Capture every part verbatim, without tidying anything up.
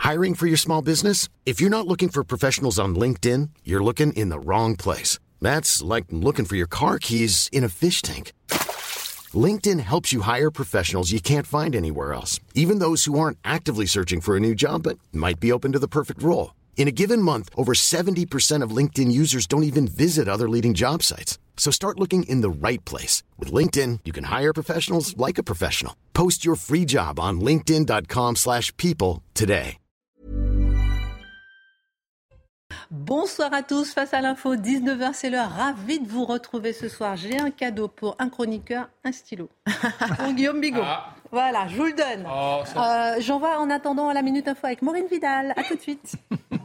Hiring for your small business? If you're not looking for professionals on LinkedIn, you're looking in the wrong place. That's like looking for your car keys in a fish tank. LinkedIn helps you hire professionals you can't find anywhere else, even those who aren't actively searching for a new job but might be open to the perfect role. In a given month, over seventy percent of LinkedIn users don't even visit other leading job sites. So start looking in the right place. With LinkedIn, you can hire professionals like a professional. Post your free job on linkedin.com slash people today. Bonsoir à tous, face à l'info, dix-neuf heures, c'est l'heure. Ravi de vous retrouver ce soir. J'ai un cadeau pour un chroniqueur, un stylo. Pour Guillaume Bigot. Ah. Voilà, je vous le donne. Oh, ça... euh, J'envoie en attendant à la Minute Info avec Maureen Vidal. À tout de suite.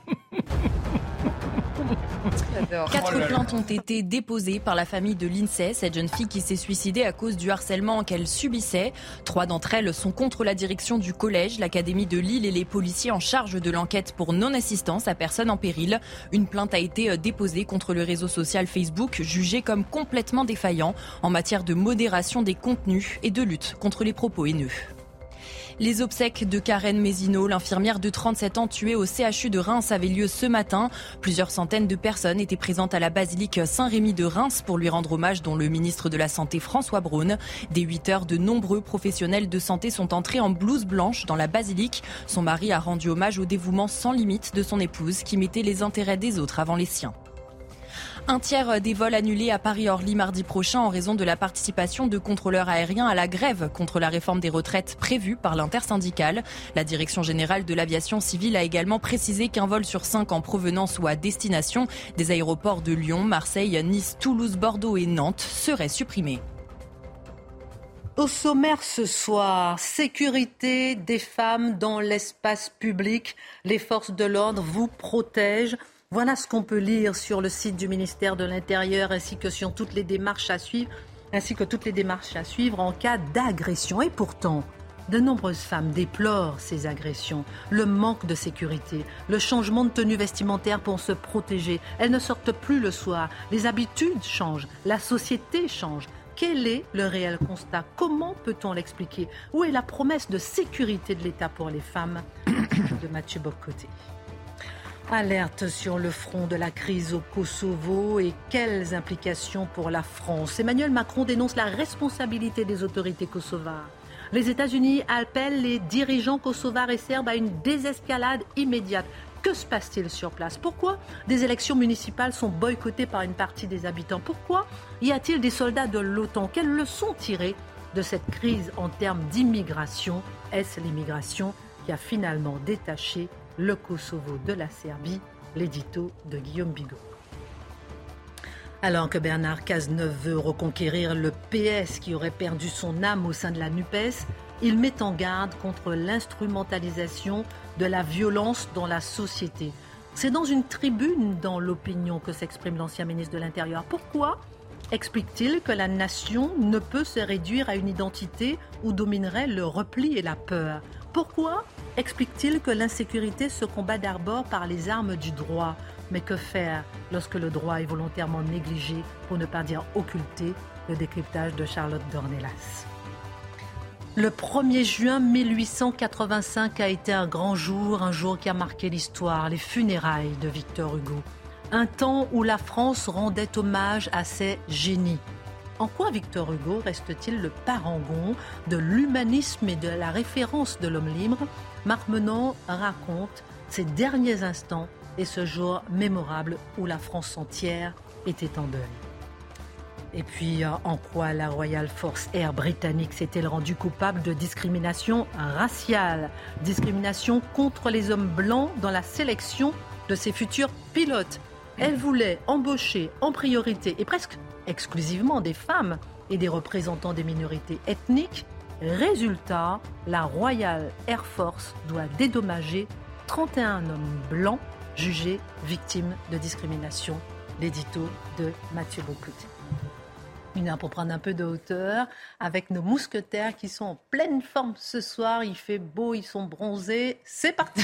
Quatre plaintes ont été déposées par la famille de Lindsay, cette jeune fille qui s'est suicidée à cause du harcèlement qu'elle subissait. Trois d'entre elles sont contre la direction du collège, l'académie de Lille et les policiers en charge de l'enquête pour non-assistance à personne en péril. Une plainte a été déposée contre le réseau social Facebook, jugé comme complètement défaillant en matière de modération des contenus et de lutte contre les propos haineux. Les obsèques de Karen Mézineau, l'infirmière de trente-sept ans tuée au C H U de Reims, avaient lieu ce matin. Plusieurs centaines de personnes étaient présentes à la basilique Saint-Rémy de Reims pour lui rendre hommage, dont le ministre de la Santé François Braun. Dès huit heures, de nombreux professionnels de santé sont entrés en blouse blanche dans la basilique. Son mari a rendu hommage au dévouement sans limite de son épouse qui mettait les intérêts des autres avant les siens. Un tiers des vols annulés à Paris-Orly mardi prochain en raison de la participation de contrôleurs aériens à la grève contre la réforme des retraites prévue par l'intersyndicale. La Direction générale de l'aviation civile a également précisé qu'un vol sur cinq en provenance ou à destination des aéroports de Lyon, Marseille, Nice, Toulouse, Bordeaux et Nantes serait supprimé. Au sommaire ce soir, sécurité des femmes dans l'espace public. Les forces de l'ordre vous protègent. Voilà ce qu'on peut lire sur le site du ministère de l'Intérieur ainsi que sur toutes les démarches à suivre, ainsi que toutes les démarches à suivre en cas d'agression. Et pourtant, de nombreuses femmes déplorent ces agressions, le manque de sécurité, le changement de tenue vestimentaire pour se protéger. Elles ne sortent plus le soir, les habitudes changent, la société change. Quel est le réel constat ? Comment peut-on l'expliquer ? Où est la promesse de sécurité de l'État pour les femmes de Mathieu Bock-Côté ? Alerte sur le front de la crise au Kosovo et quelles implications pour la France. Emmanuel Macron dénonce la responsabilité des autorités kosovares. Les États-Unis appellent les dirigeants kosovars et serbes à une désescalade immédiate. Que se passe-t-il sur place ? Pourquoi des élections municipales sont boycottées par une partie des habitants ? Pourquoi y a-t-il des soldats de l'OTAN ? Quelles leçons tirées de cette crise en termes d'immigration ? Est-ce l'immigration qui a finalement détaché le Kosovo de la Serbie, l'édito de Guillaume Bigot. Alors que Bernard Cazeneuve veut reconquérir le P S qui aurait perdu son âme au sein de la NUPES, il met en garde contre l'instrumentalisation de la violence dans la société. C'est dans une tribune dans l'opinion que s'exprime l'ancien ministre de l'Intérieur. Pourquoi explique-t-il que la nation ne peut se réduire à une identité où dominerait le repli et la peur ? Pourquoi explique-t-il que l'insécurité se combat d'abord par les armes du droit ? Mais que faire lorsque le droit est volontairement négligé, pour ne pas dire occulté ? Le décryptage de Charlotte Dornelas. Le premier juin mille huit cent quatre-vingt-cinq a été un grand jour, un jour qui a marqué l'histoire, les funérailles de Victor Hugo. Un temps où la France rendait hommage à ses génies. En quoi Victor Hugo reste-t-il le parangon de l'humanisme et de la référence de l'homme libre ? Marc Menon raconte ses derniers instants et ce jour mémorable où la France entière était en deuil. Et puis, en quoi la Royal Force Air britannique s'est-elle rendue coupable de discrimination raciale ? Discrimination contre les hommes blancs dans la sélection de ses futurs pilotes. Elle voulait embaucher en priorité et presque exclusivement des femmes et des représentants des minorités ethniques. Résultat, la Royal Air Force doit dédommager trente et un hommes blancs jugés victimes de discrimination. L'édito de Mathieu Bock-Côté. Une heure pour prendre un peu de hauteur avec nos mousquetaires qui sont en pleine forme ce soir. Il fait beau, ils sont bronzés. C'est parti.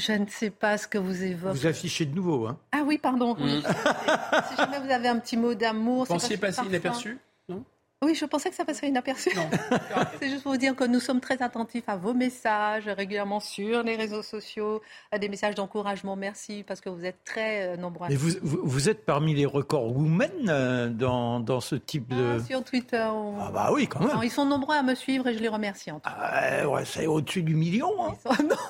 Je ne sais pas ce que vous évoquez. Vous affichez de nouveau, hein? Ah oui, pardon. Oui. Mmh. Si jamais vous avez un petit mot d'amour... Vous pensiez passer inaperçu? Non? Oui, je pensais que ça passerait inaperçu. Non. C'est juste pour vous dire que nous sommes très attentifs à vos messages régulièrement sur les réseaux sociaux, à des messages d'encouragement. Merci, parce que vous êtes très nombreux. Mais vous, vous, vous êtes parmi les records women dans, dans ce type de... Ah, sur Twitter. On... Ah bah oui, quand même. Non, ils sont nombreux à me suivre et je les remercie. En tout cas. Ah, ouais, c'est au-dessus du million. Hein. Sont... Non.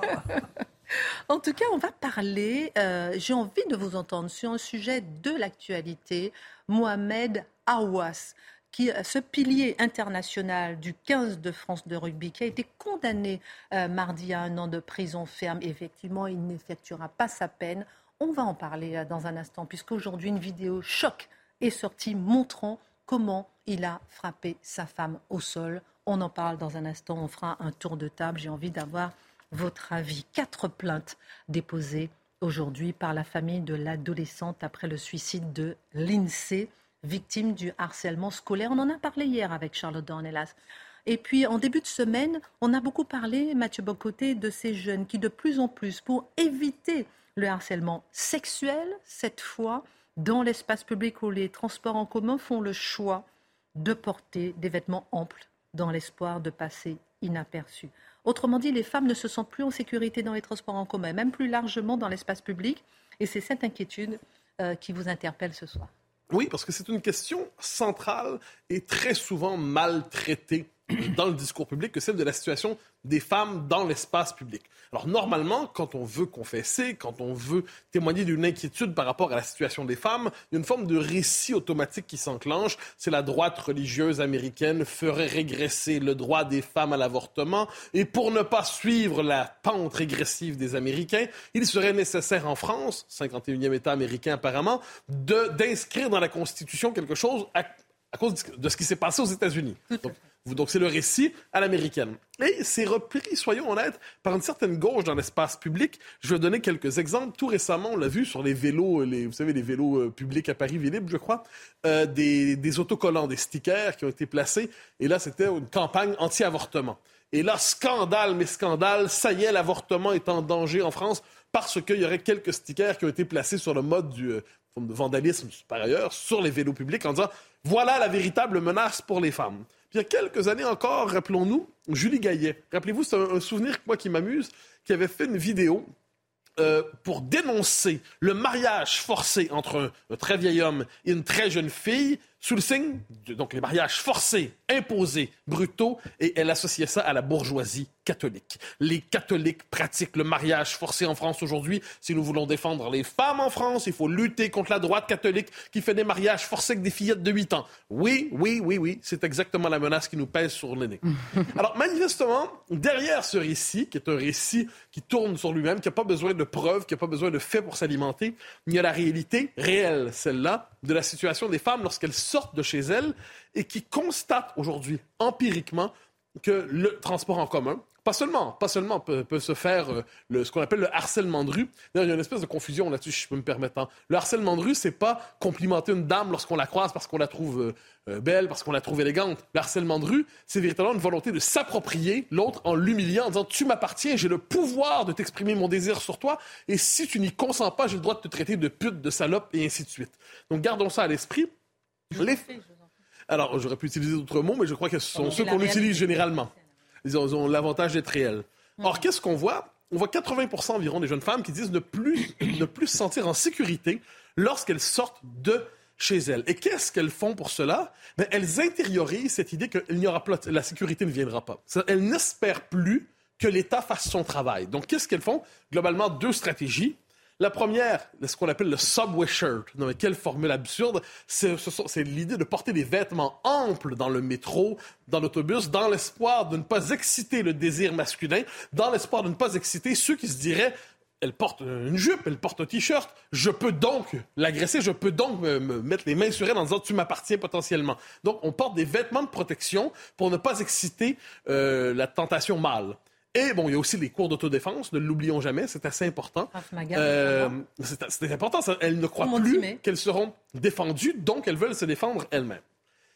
En tout cas, on va parler, euh, j'ai envie de vous entendre sur un sujet de l'actualité, Mohamed Aouas, qui, ce pilier international du quinze de France de rugby, qui a été condamné euh, mardi à un an de prison ferme. Effectivement, il n'effectuera pas sa peine. On va en parler euh, dans un instant, puisqu'aujourd'hui, une vidéo choc est sortie montrant comment il a frappé sa femme au sol. On en parle dans un instant, on fera un tour de table. J'ai envie d'avoir votre avis. Quatre plaintes déposées aujourd'hui par la famille de l'adolescente après le suicide de Lindsay, victime du harcèlement scolaire. On en a parlé hier avec Charlotte Dornelas. Et puis, en début de semaine, on a beaucoup parlé, Mathieu Bocoté, de ces jeunes qui, de plus en plus, pour éviter le harcèlement sexuel, cette fois, dans l'espace public ou les transports en commun, font le choix de porter des vêtements amples dans l'espoir de passer inaperçus. Autrement dit, les femmes ne se sentent plus en sécurité dans les transports en commun, même plus largement dans l'espace public. Et c'est cette inquiétude euh, qui vous interpelle ce soir. Oui, parce que c'est une question centrale et très souvent mal traitée dans le discours public que celle de la situation des femmes dans l'espace public. Alors normalement, quand on veut confesser, quand on veut témoigner d'une inquiétude par rapport à la situation des femmes, il y a une forme de récit automatique qui s'enclenche. C'est la droite religieuse américaine ferait régresser le droit des femmes à l'avortement. Et pour ne pas suivre la pente régressive des Américains, il serait nécessaire en France, cinquante et unième État américain apparemment, de, d'inscrire dans la Constitution quelque chose à, à cause de ce qui s'est passé aux États-Unis. Donc, Donc, c'est le récit à l'américaine. Et c'est repris, soyons honnêtes, par une certaine gauche dans l'espace public. Je vais donner quelques exemples. Tout récemment, on l'a vu sur les vélos, les, vous savez, les vélos euh, publics à Paris-Vélib, je crois, euh, des, des autocollants, des stickers qui ont été placés. Et là, c'était une campagne anti-avortement. Et là, scandale, mais scandale, ça y est, l'avortement est en danger en France parce qu'il y aurait quelques stickers qui ont été placés sur le mode du euh, de vandalisme, par ailleurs, sur les vélos publics en disant « Voilà la véritable menace pour les femmes ». Puis il y a quelques années encore, rappelons-nous, Julie Gaillet. Rappelez-vous, c'est un, un souvenir, moi, qui m'amuse, qui avait fait une vidéo euh, pour dénoncer le mariage forcé entre un, un très vieil homme et une très jeune fille, sous le signe, de, donc les mariages forcés, imposés, brutaux, et elle associait ça à la bourgeoisie catholique. Les catholiques pratiquent le mariage forcé en France aujourd'hui. Si nous voulons défendre les femmes en France, il faut lutter contre la droite catholique qui fait des mariages forcés avec des fillettes de huit ans. Oui, oui, oui, oui, c'est exactement la menace qui nous pèse sur le nez. Alors, manifestement, derrière ce récit, qui est un récit qui tourne sur lui-même, qui n'a pas besoin de preuves, qui n'a pas besoin de faits pour s'alimenter, il y a la réalité réelle, celle-là, de la situation des femmes lorsqu'elles sortent de chez elles et qui constatent aujourd'hui, empiriquement, que le transport en commun, pas seulement, pas seulement peut, peut se faire euh, le, ce qu'on appelle le harcèlement de rue. D'ailleurs, il y a une espèce de confusion là-dessus, si je peux me permettre. Hein. Le harcèlement de rue, c'est pas complimenter une dame lorsqu'on la croise parce qu'on la trouve euh, euh, belle, parce qu'on la trouve élégante. Le harcèlement de rue, c'est véritablement une volonté de s'approprier l'autre en l'humiliant, en disant « Tu m'appartiens, j'ai le pouvoir de t'exprimer mon désir sur toi, et si tu n'y consens pas, j'ai le droit de te traiter de pute, de salope, et ainsi de suite. » Donc, gardons ça à l'esprit. Les... Alors, j'aurais pu utiliser d'autres mots, mais je crois que ce sont ceux qu'on utilise généralement. Ils ont, ils ont l'avantage d'être réels. Or, qu'est-ce qu'on voit? On voit quatre-vingts pour cent environ des jeunes femmes qui disent ne plus, ne plus se sentir en sécurité lorsqu'elles sortent de chez elles. Et qu'est-ce qu'elles font pour cela? Bien, elles intériorisent cette idée que il n'y aura pas, la sécurité ne viendra pas. Elles n'espèrent plus que l'État fasse son travail. Donc, qu'est-ce qu'elles font? Globalement, deux stratégies. La première, ce qu'on appelle le subway shirt. Non, mais quelle formule absurde. C'est, c'est l'idée de porter des vêtements amples dans le métro, dans l'autobus, dans l'espoir de ne pas exciter le désir masculin, dans l'espoir de ne pas exciter ceux qui se diraient « Elle porte une jupe, elle porte un t-shirt, je peux donc l'agresser, je peux donc me, me mettre les mains sur elle en disant « Tu m'appartiens potentiellement ». Donc, on porte des vêtements de protection pour ne pas exciter euh, la tentation mâle. Et bon, il y a aussi les cours d'autodéfense, ne l'oublions jamais, c'est assez important. Euh, c'est, c'est important, ça, elles ne croient plus qu'elles seront défendues, donc elles veulent se défendre elles-mêmes.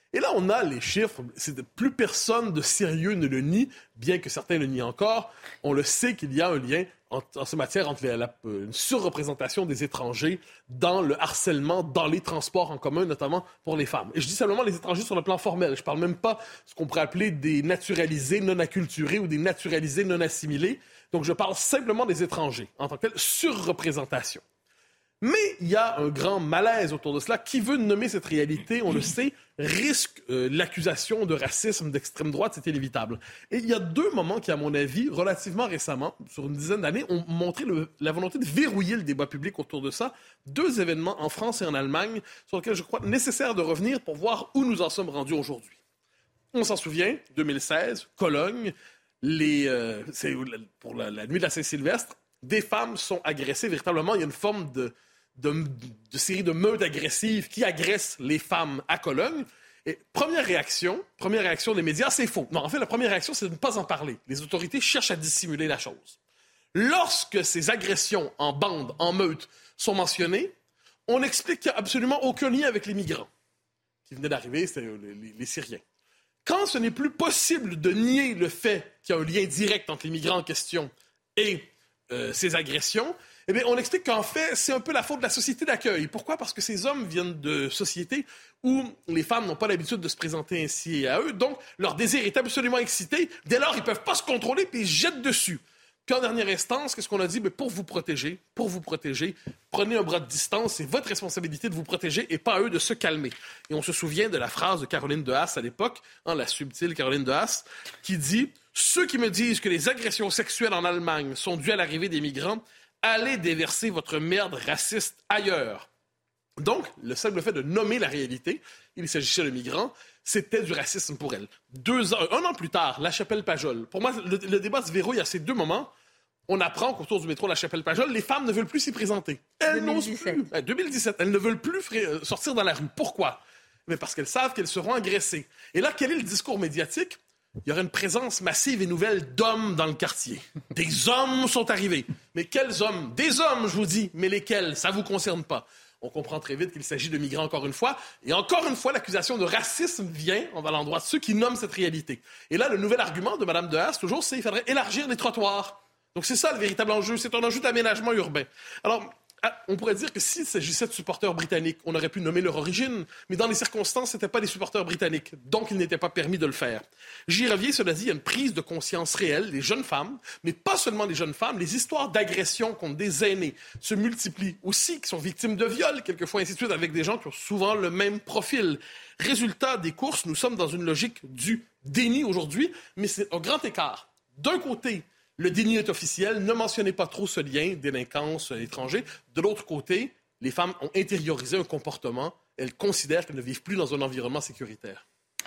Et là, on a les chiffres. C'est, plus personne de sérieux ne le nie, bien que certains le nient encore. On le sait qu'il y a un lien en, en ce matière entre la, la, une surreprésentation des étrangers dans le harcèlement, dans les transports en commun, notamment pour les femmes. Et je dis simplement les étrangers sur le plan formel. Je ne parle même pas de ce qu'on pourrait appeler des naturalisés non acculturés ou des naturalisés non assimilés. Donc, je parle simplement des étrangers, en tant que telle surreprésentation. Mais il y a un grand malaise autour de cela. Qui veut nommer cette réalité, on le sait, risque euh, l'accusation de racisme d'extrême droite, c'est inévitable. Et il y a deux moments qui, à mon avis, relativement récemment, sur une dizaine d'années, ont montré le, la volonté de verrouiller le débat public autour de ça. Deux événements en France et en Allemagne sur lesquels je crois nécessaire de revenir pour voir où nous en sommes rendus aujourd'hui. On s'en souvient, deux mille seize, Cologne, les, euh, c'est pour la, la nuit de la Saint-Sylvestre, des femmes sont agressées véritablement. Il y a une forme de... De, de série de meutes agressives qui agressent les femmes à Cologne. Et première réaction, première réaction des médias, c'est faux. Non, en fait, la première réaction, c'est de ne pas en parler. Les autorités cherchent à dissimuler la chose. Lorsque ces agressions en bande, en meute, sont mentionnées, on explique qu'il n'y a absolument aucun lien avec les migrants qui venaient d'arriver, c'était les, les, les Syriens. Quand ce n'est plus possible de nier le fait qu'il y a un lien direct entre les migrants en question et euh, ces agressions, eh bien, on explique qu'en fait, c'est un peu la faute de la société d'accueil. Pourquoi? Parce que ces hommes viennent de sociétés où les femmes n'ont pas l'habitude de se présenter ainsi à eux. Donc, leur désir est absolument excité. Dès lors, ils ne peuvent pas se contrôler puis ils se jettent dessus. Puis en dernière instance, qu'est-ce qu'on a dit? Bien, pour vous protéger, pour vous protéger, prenez un bras de distance. C'est votre responsabilité de vous protéger et pas à eux de se calmer. Et on se souvient de la phrase de Caroline de Haas à l'époque, hein, la subtile Caroline de Haas, qui dit « Ceux qui me disent que les agressions sexuelles en Allemagne sont dues à l'arrivée des migrants, allez déverser votre merde raciste ailleurs. » Donc, le simple fait de nommer la réalité, il s'agissait de migrants, c'était du racisme pour elle. Deux ans, un an plus tard, La Chapelle-Pajol. Pour moi, le, le débat se verrouille à ces deux moments. On apprend qu'autour du métro La Chapelle-Pajol, les femmes ne veulent plus s'y présenter. Elles n'osent plus. Eh, deux mille dix-sept, elles ne veulent plus fra- sortir dans la rue. Pourquoi? Mais parce qu'elles savent qu'elles seront agressées. Et là, quel est le discours médiatique? Il y aurait une présence massive et nouvelle d'hommes dans le quartier. Des hommes sont arrivés. Mais quels hommes? Des hommes, je vous dis. Mais lesquels? Ça ne vous concerne pas. On comprend très vite qu'il s'agit de migrants encore une fois. Et encore une fois, l'accusation de racisme vient, on va à l'endroit de ceux qui nomment cette réalité. Et là, le nouvel argument de Mme de Haas, toujours, c'est qu'il faudrait élargir les trottoirs. Donc c'est ça le véritable enjeu. C'est un enjeu d'aménagement urbain. Alors, on pourrait dire que s'il s'agissait de supporters britanniques, on aurait pu nommer leur origine, mais dans les circonstances, ce n'étaient pas des supporters britanniques, donc il n'était pas permis de le faire. J'y reviens, cela dit, il y a une prise de conscience réelle des jeunes femmes, mais pas seulement des jeunes femmes, les histoires d'agression contre des aînés se multiplient aussi, qui sont victimes de viols, quelquefois, ainsi de suite, avec des gens qui ont souvent le même profil. Résultat des courses, nous sommes dans une logique du déni aujourd'hui, mais c'est un grand écart. D'un côté, le déni est officiel. Ne mentionnez pas trop ce lien délinquance étranger. De l'autre côté, les femmes ont intériorisé un comportement. Elles considèrent qu'elles ne vivent plus dans un environnement sécuritaire.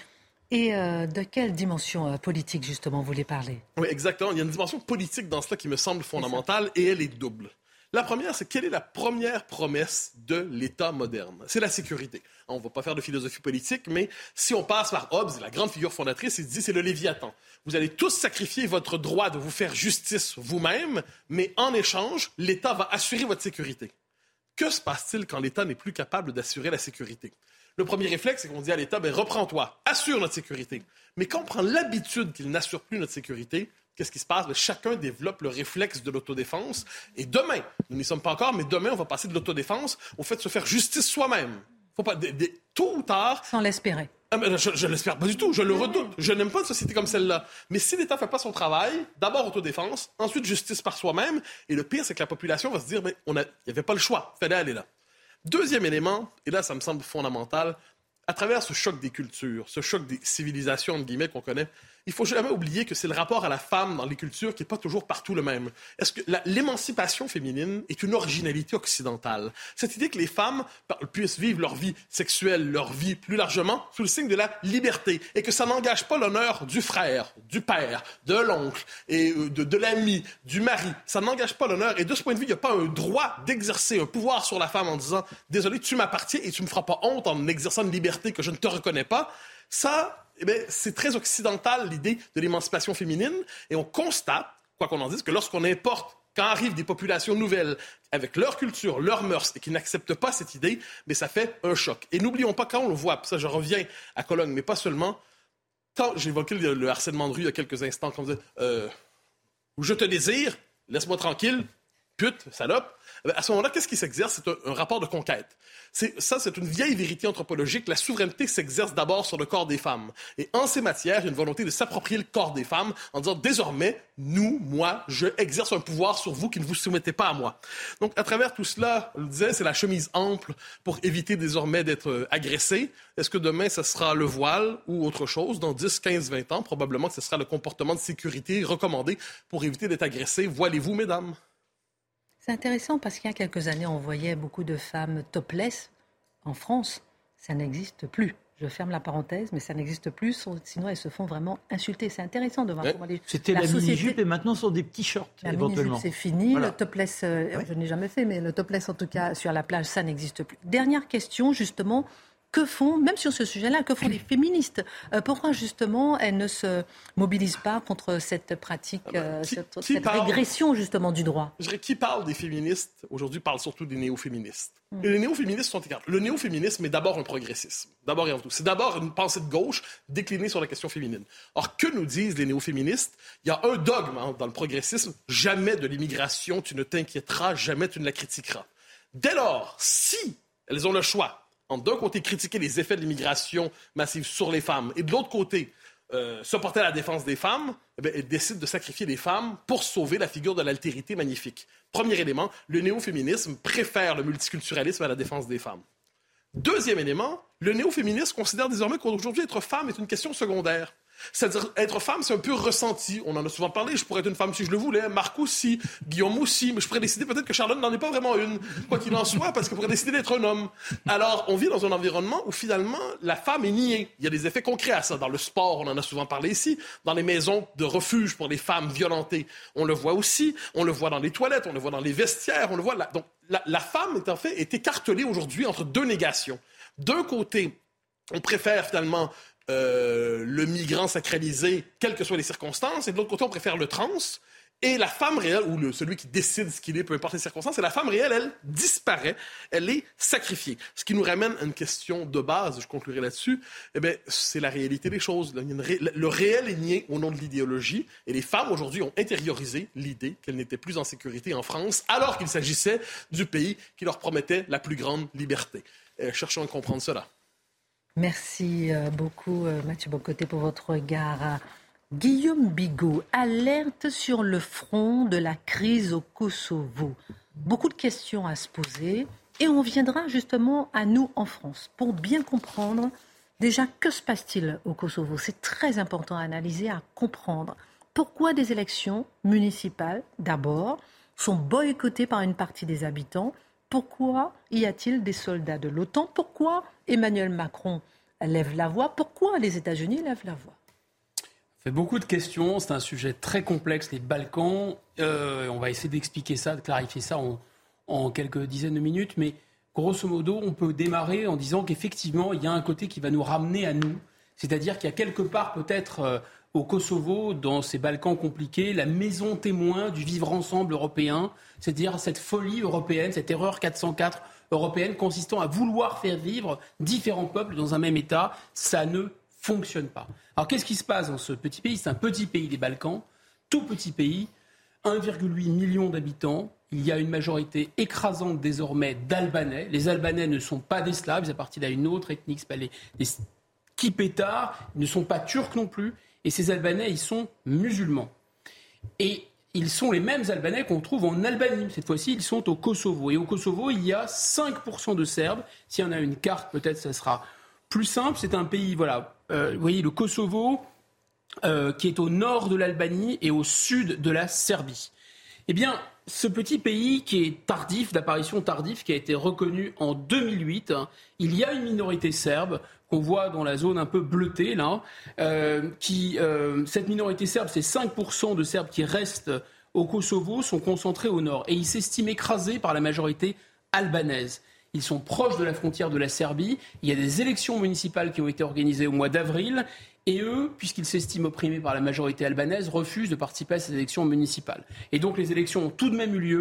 Et euh, de quelle dimension euh, politique, justement, vous voulez parler? Oui, exactement. Il y a une dimension politique dans cela qui me semble fondamentale et elle est double. La première, c'est quelle est la première promesse de l'État moderne? C'est la sécurité. On ne va pas faire de philosophie politique, mais si on passe par Hobbes, la grande figure fondatrice, il dit c'est le Léviathan. Vous allez tous sacrifier votre droit de vous faire justice vous-même, mais en échange, l'État va assurer votre sécurité. Que se passe-t-il quand l'État n'est plus capable d'assurer la sécurité? Le premier réflexe, c'est qu'on dit à l'État, ben, reprends-toi, assure notre sécurité. Mais quand on prend l'habitude qu'il n'assure plus notre sécurité, qu'est-ce qui se passe? Chacun développe le réflexe de l'autodéfense. Et demain, nous n'y sommes pas encore, mais demain, on va passer de l'autodéfense au fait de se faire justice soi-même. Faut pas, des, des, tôt ou tard... Sans l'espérer. Ah, mais je ne l'espère pas du tout, je le redoute. Je n'aime pas une société comme celle-là. Mais si l'État ne fait pas son travail, d'abord autodéfense, ensuite justice par soi-même, et le pire, c'est que la population va se dire, ben, on a, il n'y avait pas le choix, il fallait aller là. Deuxième élément, et là, ça me semble fondamental, à travers ce choc des cultures, ce choc des civilisations, entre guillemets, qu'on connaît, il ne faut jamais oublier que c'est le rapport à la femme dans les cultures qui n'est pas toujours partout le même. Est-ce que la, l'émancipation féminine est une originalité occidentale? Cette idée que les femmes puissent vivre leur vie sexuelle, leur vie plus largement, sous le signe de la liberté, et que ça n'engage pas l'honneur du frère, du père, de l'oncle, et de, de l'ami, du mari. Ça n'engage pas l'honneur, et de ce point de vue, il n'y a pas un droit d'exercer un pouvoir sur la femme en disant « Désolé, tu m'appartiens et tu ne me feras pas honte en exerçant une liberté que je ne te reconnais pas. » Ça, eh bien, c'est très occidental, l'idée de l'émancipation féminine. Et on constate, quoi qu'on en dise, que lorsqu'on importe, quand arrivent des populations nouvelles avec leur culture, leurs mœurs, et qui n'acceptent pas cette idée, mais ça fait un choc. Et n'oublions pas, quand on le voit, ça je reviens à Cologne, mais pas seulement, quand j'ai évoqué le, le harcèlement de rue il y a quelques instants, quand on disait euh, « je te désire, laisse-moi tranquille », pute, salope, à ce moment-là, qu'est-ce qui s'exerce? C'est un, un rapport de conquête. C'est, ça, c'est une vieille vérité anthropologique. La souveraineté s'exerce d'abord sur le corps des femmes. Et en ces matières, il y a une volonté de s'approprier le corps des femmes en disant, désormais, nous, moi, je exerce un pouvoir sur vous qui ne vous soumettez pas à moi. Donc, à travers tout cela, on le disait, c'est la chemise ample pour éviter désormais d'être agressé. Est-ce que demain, ce sera le voile ou autre chose? Dans dix, quinze, vingt ans, probablement que ce sera le comportement de sécurité recommandé pour éviter d'être agressé. Voilez-vous, mesdames? C'est intéressant parce qu'il y a quelques années, on voyait beaucoup de femmes topless en France. Ça n'existe plus. Je ferme la parenthèse, mais ça n'existe plus. Sinon, elles se font vraiment insulter. C'est intéressant de voir ouais. comment les... C'était la, la société... mini-jupe et maintenant, ce sont des petits shorts, la éventuellement. La mini-jupe, c'est fini. Voilà. Le topless, euh, ouais. je n'ai jamais fait, mais le topless, en tout cas, sur la plage, ça n'existe plus. Dernière question, justement. Que font, même sur ce sujet-là, que font les féministes? euh, Pourquoi, justement, elles ne se mobilisent pas contre cette pratique, euh, qui, cette, qui cette parle, régression, justement, du droit? Je dirais, qui parle des féministes, aujourd'hui, parle surtout des néo-féministes. Mmh. Et les néo-féministes sont écartés. Le néo-féminisme est d'abord un progressisme. D'abord et avant tout. C'est d'abord une pensée de gauche déclinée sur la question féminine. Or, que nous disent les néo-féministes? Il y a un dogme hein, dans le progressisme. Jamais de l'immigration, tu ne t'inquiéteras, jamais tu ne la critiqueras. Dès lors, si elles ont le choix, d'un côté, critiquer les effets de l'immigration massive sur les femmes et de l'autre côté, euh, se porter à la défense des femmes, eh bien, elle décide de sacrifier les femmes pour sauver la figure de l'altérité magnifique. Premier élément, le néo-féminisme préfère le multiculturalisme à la défense des femmes. Deuxième élément, le néo-féminisme considère désormais qu'aujourd'hui, être femme est une question secondaire. C'est-à-dire, être femme, c'est un peu ressenti. On en a souvent parlé. Je pourrais être une femme si je le voulais. Marc aussi, Guillaume aussi. Mais je pourrais décider peut-être que Charlotte n'en est pas vraiment une. Quoi qu'il en soit, parce qu'elle pourrait décider d'être un homme. Alors, on vit dans un environnement où, finalement, la femme est niée. Il y a des effets concrets à ça. Dans le sport, on en a souvent parlé ici. Dans les maisons de refuge pour les femmes violentées, on le voit aussi. On le voit dans les toilettes, on le voit dans les vestiaires. On le voit là. Donc, la, la femme, est en fait, est écartelée aujourd'hui entre deux négations. D'un côté, on préfère, finalement... Euh, le migrant sacralisé, quelles que soient les circonstances, et de l'autre côté, on préfère le trans, et la femme réelle, ou le, celui qui décide ce qu'il est, peu importe les circonstances, et la femme réelle, elle, disparaît, elle est sacrifiée. Ce qui nous ramène à une question de base, je conclurai là-dessus, eh bien, c'est la réalité des choses. Ré... Le réel est nié au nom de l'idéologie, et les femmes, aujourd'hui, ont intériorisé l'idée qu'elles n'étaient plus en sécurité en France, alors qu'il s'agissait du pays qui leur promettait la plus grande liberté. Euh, cherchons à comprendre cela. Merci beaucoup Mathieu Bocoté pour votre regard. Guillaume Bigot, alerte sur le front de la crise au Kosovo. Beaucoup de questions à se poser et on viendra justement à nous en France pour bien comprendre déjà que se passe-t-il au Kosovo. C'est très important à analyser, à comprendre. Pourquoi des élections municipales, d'abord, sont boycottées par une partie des habitants? Pourquoi y a-t-il des soldats de l'OTAN? Pourquoi Emmanuel Macron lève la voix? Pourquoi les États-Unis lèvent la voix? Ça fait beaucoup de questions. C'est un sujet très complexe, les Balkans. Euh, on va essayer d'expliquer ça, de clarifier ça en, en quelques dizaines de minutes. Mais grosso modo, on peut démarrer en disant qu'effectivement, il y a un côté qui va nous ramener à nous. C'est-à-dire qu'il y a quelque part peut-être... Euh, au Kosovo, dans ces Balkans compliqués, la maison témoin du vivre ensemble européen, c'est-à-dire cette folie européenne, cette erreur quatre cent quatre européenne consistant à vouloir faire vivre différents peuples dans un même État, ça ne fonctionne pas. Alors qu'est-ce qui se passe dans ce petit pays? C'est un petit pays des Balkans, tout petit pays, un virgule huit million d'habitants. Il y a une majorité écrasante désormais d'Albanais. Les Albanais ne sont pas des Slaves, ils appartiennent à une autre ethnie, qui s'appelle les, les Kipétars, ils ne sont pas turcs non plus. Et ces Albanais, ils sont musulmans. Et ils sont les mêmes Albanais qu'on trouve en Albanie. Cette fois-ci, ils sont au Kosovo. Et au Kosovo, il y a cinq pour cent de Serbes. Si on a une carte, peut-être ça sera plus simple. C'est un pays, voilà, euh, vous voyez, le Kosovo, euh, qui est au nord de l'Albanie et au sud de la Serbie. Eh bien, ce petit pays qui est tardif, d'apparition tardive, qui a été reconnu en deux mille huit, hein, il y a une minorité serbe qu'on voit dans la zone un peu bleutée, là, euh, qui, euh, cette minorité serbe, c'est cinq pour cent de Serbes qui restent au Kosovo, sont concentrés au nord. Et ils s'estiment écrasés par la majorité albanaise. Ils sont proches de la frontière de la Serbie. Il y a des élections municipales qui ont été organisées au mois d'avril. Et eux, puisqu'ils s'estiment opprimés par la majorité albanaise, refusent de participer à ces élections municipales. Et donc les élections ont tout de même eu lieu.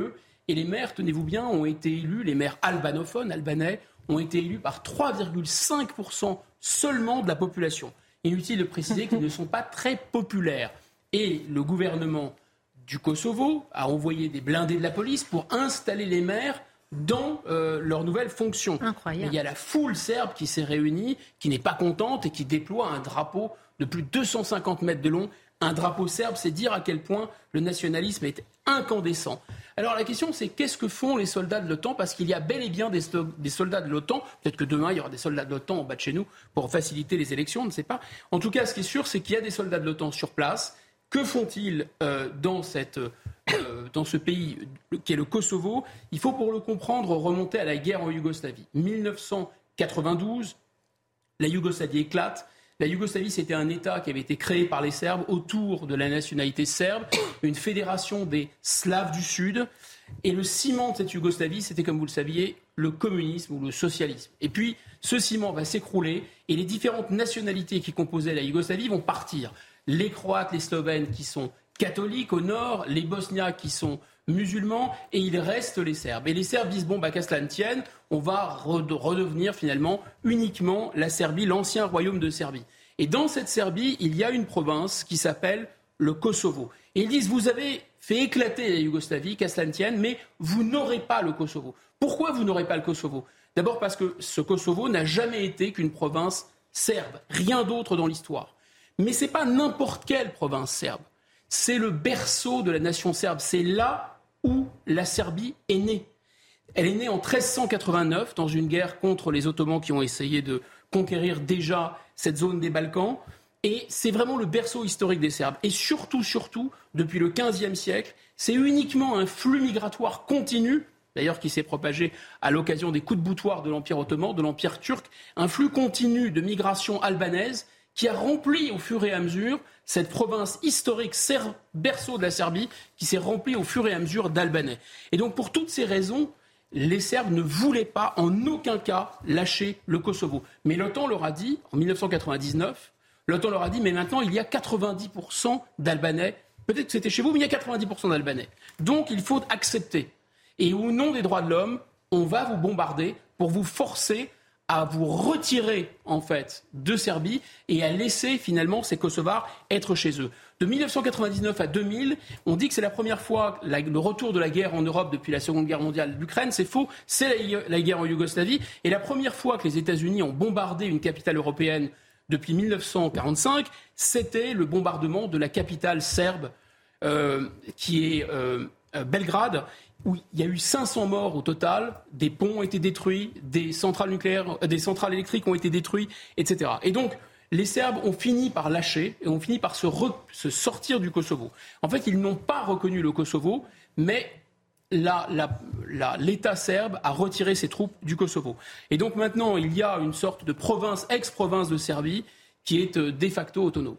Et les maires, tenez-vous bien, ont été élus, les maires albanophones, albanais, ont été élus par trois virgule cinq pour cent seulement de la population. Inutile de préciser qu'ils ne sont pas très populaires. Et le gouvernement du Kosovo a envoyé des blindés de la police pour installer les maires dans euh, leurs nouvelles fonctions. Incroyable. Mais il y a la foule serbe qui s'est réunie, qui n'est pas contente et qui déploie un drapeau de plus de deux cent cinquante mètres de long. Un drapeau serbe, c'est dire à quel point le nationalisme est incandescent. Alors la question, c'est qu'est-ce que font les soldats de l'OTAN ? Parce qu'il y a bel et bien des, sto- des soldats de l'OTAN. Peut-être que demain, il y aura des soldats de l'OTAN en bas de chez nous pour faciliter les élections, on ne sait pas. En tout cas, ce qui est sûr, c'est qu'il y a des soldats de l'OTAN sur place. Que font-ils euh, dans, cette, euh, dans ce pays qui est le Kosovo ? Il faut, pour le comprendre, remonter à la guerre en Yougoslavie. dix-neuf cent quatre-vingt-douze, la Yougoslavie éclate. La Yougoslavie, c'était un État qui avait été créé par les Serbes autour de la nationalité serbe, une fédération des Slaves du Sud. Et le ciment de cette Yougoslavie, c'était, comme vous le saviez, le communisme ou le socialisme. Et puis, ce ciment va s'écrouler et les différentes nationalités qui composaient la Yougoslavie vont partir. Les Croates, les Slovènes qui sont catholiques au nord, les Bosniaques qui sont musulmans, et il reste les Serbes. Et les Serbes disent, bon, bah, qu'à cela ne tienne, on va redevenir finalement uniquement la Serbie, l'ancien royaume de Serbie. Et dans cette Serbie, il y a une province qui s'appelle le Kosovo. Et ils disent, vous avez fait éclater la Yougoslavie, qu'à cela ne tienne, mais vous n'aurez pas le Kosovo. Pourquoi vous n'aurez pas le Kosovo ? D'abord parce que ce Kosovo n'a jamais été qu'une province serbe, rien d'autre dans l'histoire. Mais ce n'est pas n'importe quelle province serbe. C'est le berceau de la nation serbe. C'est là où la Serbie est née. Elle est née en treize cent quatre-vingt-neuf dans une guerre contre les Ottomans qui ont essayé de conquérir déjà cette zone des Balkans. Et c'est vraiment le berceau historique des Serbes. Et surtout, surtout, depuis le quinzième siècle, c'est uniquement un flux migratoire continu, d'ailleurs qui s'est propagé à l'occasion des coups de boutoir de l'Empire ottoman, de l'Empire turc, un flux continu de migration albanaise qui a rempli au fur et à mesure cette province historique, serbe, berceau de la Serbie, qui s'est remplie au fur et à mesure d'Albanais. Et donc pour toutes ces raisons, les Serbes ne voulaient pas en aucun cas lâcher le Kosovo. Mais l'OTAN leur a dit, en dix-neuf cent quatre-vingt-dix-neuf, l'OTAN leur a dit, mais maintenant il y a quatre-vingt-dix pour cent d'Albanais, peut-être que c'était chez vous, mais il y a quatre-vingt-dix pour cent d'Albanais. Donc il faut accepter. Et au nom des droits de l'homme, on va vous bombarder pour vous forcer à vous retirer en fait de Serbie et à laisser finalement ces Kosovars être chez eux. De dix-neuf cent quatre-vingt-dix-neuf à deux mille, on dit que c'est la première fois la, le retour de la guerre en Europe depuis la Seconde Guerre mondiale d'Ukraine. C'est faux, c'est la, la guerre en Yougoslavie. Et la première fois que les États-Unis ont bombardé une capitale européenne depuis dix-neuf cent quarante-cinq, c'était le bombardement de la capitale serbe euh, qui est euh, Belgrade, où il y a eu cinq cents morts au total, des ponts ont été détruits, des centrales nucléaires, euh, des centrales électriques ont été détruites, et cetera. Et donc, les Serbes ont fini par lâcher et ont fini par se, re, se sortir du Kosovo. En fait, ils n'ont pas reconnu le Kosovo, mais la, la, la, l'État serbe a retiré ses troupes du Kosovo. Et donc maintenant, il y a une sorte de province, ex-province de Serbie, qui est euh, de facto autonome.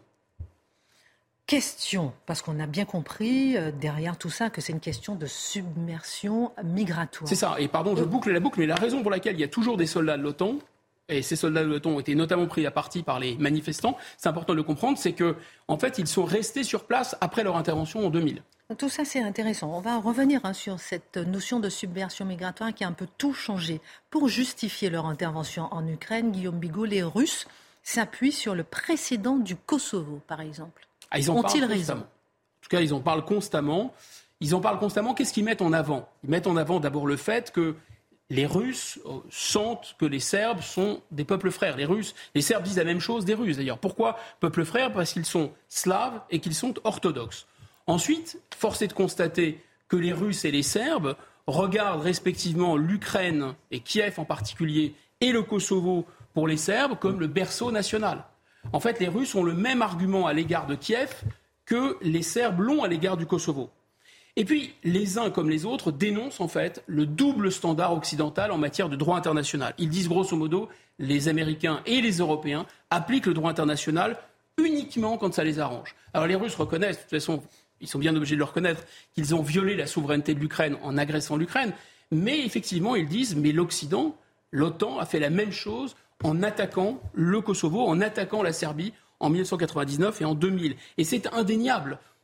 Question, parce qu'on a bien compris euh, derrière tout ça que c'est une question de submersion migratoire. C'est ça, et pardon, je boucle la boucle, mais la raison pour laquelle il y a toujours des soldats de l'OTAN, et ces soldats de l'OTAN ont été notamment pris à partie par les manifestants, c'est important de le comprendre, c'est que en fait, ils sont restés sur place après leur intervention en deux mille. Tout ça, c'est intéressant. On va revenir hein, sur cette notion de submersion migratoire qui a un peu tout changé. Pour justifier leur intervention en Ukraine, Guillaume Bigot, les Russes s'appuient sur le précédent du Kosovo, par exemple. Ah, ils en Ont-ils parlent raison ? constamment. En tout cas, ils en parlent constamment. Ils en parlent constamment. Qu'est-ce qu'ils mettent en avant ? Ils mettent en avant d'abord le fait que les Russes sentent que les Serbes sont des peuples frères. Les Russes, les Serbes disent la même chose des Russes d'ailleurs. Pourquoi peuples frères ? Parce qu'ils sont slaves et qu'ils sont orthodoxes. Ensuite, force est de constater que les Russes et les Serbes regardent respectivement l'Ukraine et Kiev en particulier et le Kosovo pour les Serbes comme le berceau national. En fait, les Russes ont le même argument à l'égard de Kiev que les Serbes l'ont à l'égard du Kosovo. Et puis, les uns comme les autres dénoncent en fait le double standard occidental en matière de droit international. Ils disent grosso modo, les Américains et les Européens appliquent le droit international uniquement quand ça les arrange. Alors les Russes reconnaissent, de toute façon, ils sont bien obligés de le reconnaître, qu'ils ont violé la souveraineté de l'Ukraine en agressant l'Ukraine. Mais effectivement, ils disent, mais l'Occident, l'OTAN a fait la même chose en attaquant le Kosovo, en attaquant la Serbie en dix-neuf cent quatre-vingt-dix-neuf et en deux mille. Et c'est indéniable. Pourquoi ?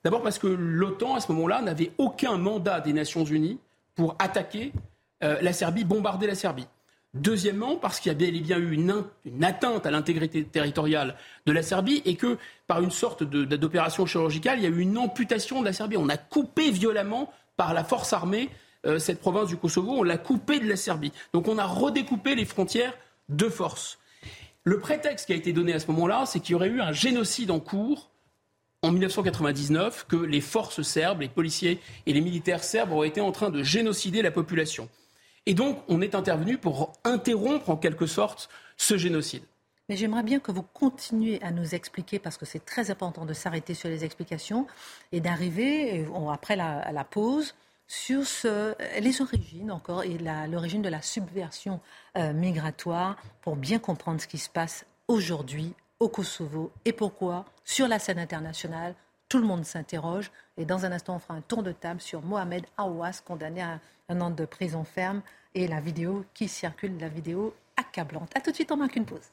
D'abord parce que l'OTAN, à ce moment-là, n'avait aucun mandat des Nations Unies pour attaquer euh, la Serbie, bombarder la Serbie. Deuxièmement, parce qu'il y a bel et bien eu une, in, une atteinte à l'intégrité territoriale de la Serbie et que, par une sorte de, de, d'opération chirurgicale, il y a eu une amputation de la Serbie. On a coupé violemment par la force armée euh, cette province du Kosovo, on l'a coupée de la Serbie. Donc on a redécoupé les frontières de force. Le prétexte qui a été donné à ce moment-là, c'est qu'il y aurait eu un génocide en cours en dix-neuf cent quatre-vingt-dix-neuf, que les forces serbes, les policiers et les militaires serbes auraient été en train de génocider la population. Et donc, on est intervenu pour interrompre, en quelque sorte, ce génocide. Mais j'aimerais bien que vous continuiez à nous expliquer, parce que c'est très important de s'arrêter sur les explications et d'arriver, après la, la pause, sur ce, les origines encore et la, l'origine de la subversion euh, migratoire pour bien comprendre ce qui se passe aujourd'hui au Kosovo et pourquoi, sur la scène internationale, tout le monde s'interroge. Et dans un instant, on fera un tour de table sur Mohamed Aouas, condamné à un an de prison ferme, et la vidéo qui circule, la vidéo accablante. A tout de suite, on marque une pause.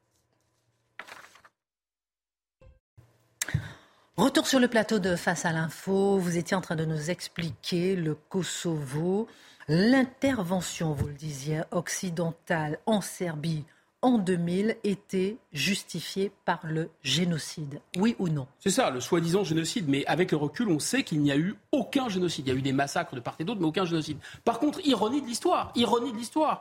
Retour sur le plateau de Face à l'info. Vous étiez en train de nous expliquer le Kosovo, l'intervention, vous le disiez, occidentale en Serbie en deux mille était justifiée par le génocide. Oui ou non ? C'est ça, le soi-disant génocide. Mais avec le recul, on sait qu'il n'y a eu aucun génocide. Il y a eu des massacres de part et d'autre, mais aucun génocide. Par contre, ironie de l'histoire, ironie de l'histoire,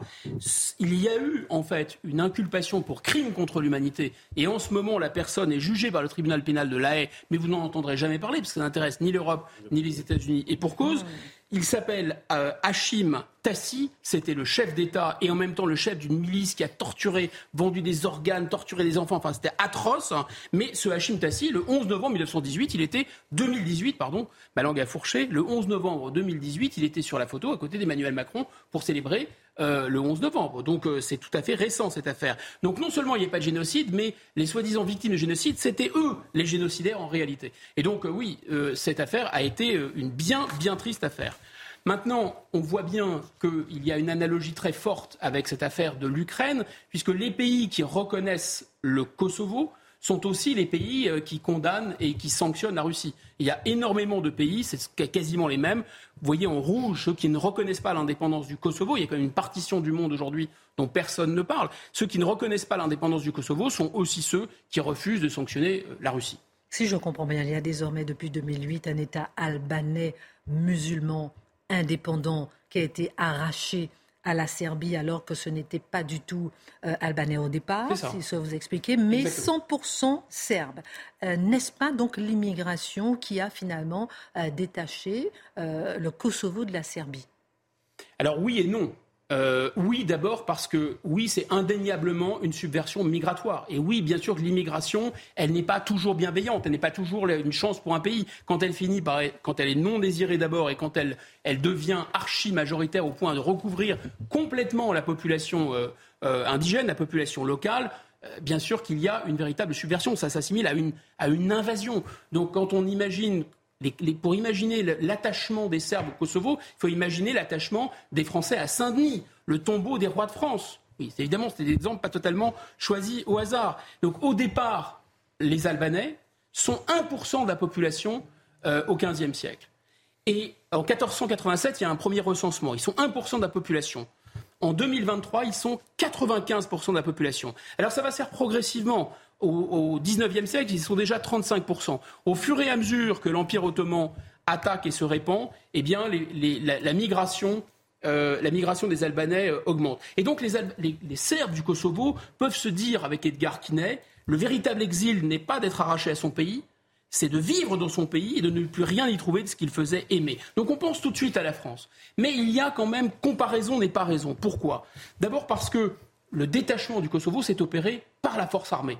il y a eu en fait une inculpation pour crime contre l'humanité. Et en ce moment, la personne est jugée par le tribunal pénal de La Haye, mais vous n'en entendrez jamais parler parce que ça n'intéresse ni l'Europe ni les États-Unis. Et pour cause, il s'appelle euh, Hachim Tassi, c'était le chef d'État et en même temps le chef d'une milice qui a torturé, vendu des organes, torturé des enfants, enfin c'était atroce. Hein. Mais ce Hachim Tassi, le onze novembre mille neuf cent dix-huit, il était deux mille dix-huit, pardon, ma langue a fourché, le onze novembre deux mille dix-huit, il était sur la photo à côté d'Emmanuel Macron pour célébrer euh, le onze novembre. Donc euh, c'est tout à fait récent cette affaire. Donc non seulement il n'y a pas de génocide, mais les soi-disant victimes de génocide, c'était eux les génocidaires en réalité. Et donc euh, oui, euh, cette affaire a été euh, une bien, bien triste affaire. Maintenant, on voit bien qu'il y a une analogie très forte avec cette affaire de l'Ukraine, puisque les pays qui reconnaissent le Kosovo sont aussi les pays qui condamnent et qui sanctionnent la Russie. Il y a énormément de pays, c'est quasiment les mêmes. Vous voyez en rouge ceux qui ne reconnaissent pas l'indépendance du Kosovo. Il y a quand même une partition du monde aujourd'hui dont personne ne parle. Ceux qui ne reconnaissent pas l'indépendance du Kosovo sont aussi ceux qui refusent de sanctionner la Russie. Si je comprends bien, il y a désormais depuis deux mille huit un État albanais musulman indépendant qui a été arraché à la Serbie alors que ce n'était pas du tout euh, albanais au départ, si ça vous expliquez, mais Exactement. cent pour cent serbe. Euh, n'est-ce pas donc l'immigration qui a finalement euh, détaché euh, le Kosovo de la Serbie ? Alors oui et non. Euh, oui, d'abord parce que, oui, c'est indéniablement une subversion migratoire. Et oui, bien sûr que l'immigration, elle n'est pas toujours bienveillante, elle n'est pas toujours une chance pour un pays. Quand elle finit par, quand elle est non désirée d'abord et quand elle, elle devient archi-majoritaire au point de recouvrir complètement la population euh, euh, indigène, la population locale, euh, bien sûr qu'il y a une véritable subversion. Ça s'assimile à une, à une invasion. Donc quand on imagine... Les, les, pour imaginer l'attachement des Serbes au Kosovo, il faut imaginer l'attachement des Français à Saint-Denis, le tombeau des rois de France. Oui, c'est, évidemment, c'est des exemples pas totalement choisis au hasard. Donc au départ, les Albanais sont un pour cent de la population euh, au quinzième siècle. Et en quatorze cent quatre-vingt-sept, il y a un premier recensement. Ils sont un pour cent de la population. En deux mille vingt-trois, ils sont quatre-vingt-quinze pour cent de la population. Alors ça va se faire progressivement. Au dix-neuvième siècle, ils sont déjà trente-cinq pour cent. Au fur et à mesure que l'Empire ottoman attaque et se répand, eh bien, les, les, la, la, migration, euh, la migration des Albanais euh, augmente. Et donc, les, les, les Serbes du Kosovo peuvent se dire, avec Edgar Quinet, le véritable exil n'est pas d'être arraché à son pays, c'est de vivre dans son pays et de ne plus rien y trouver de ce qu'il faisait aimer. Donc, on pense tout de suite à la France. Mais il y a quand même comparaison n'est pas raison. Pourquoi ? D'abord parce que le détachement du Kosovo s'est opéré par la force armée.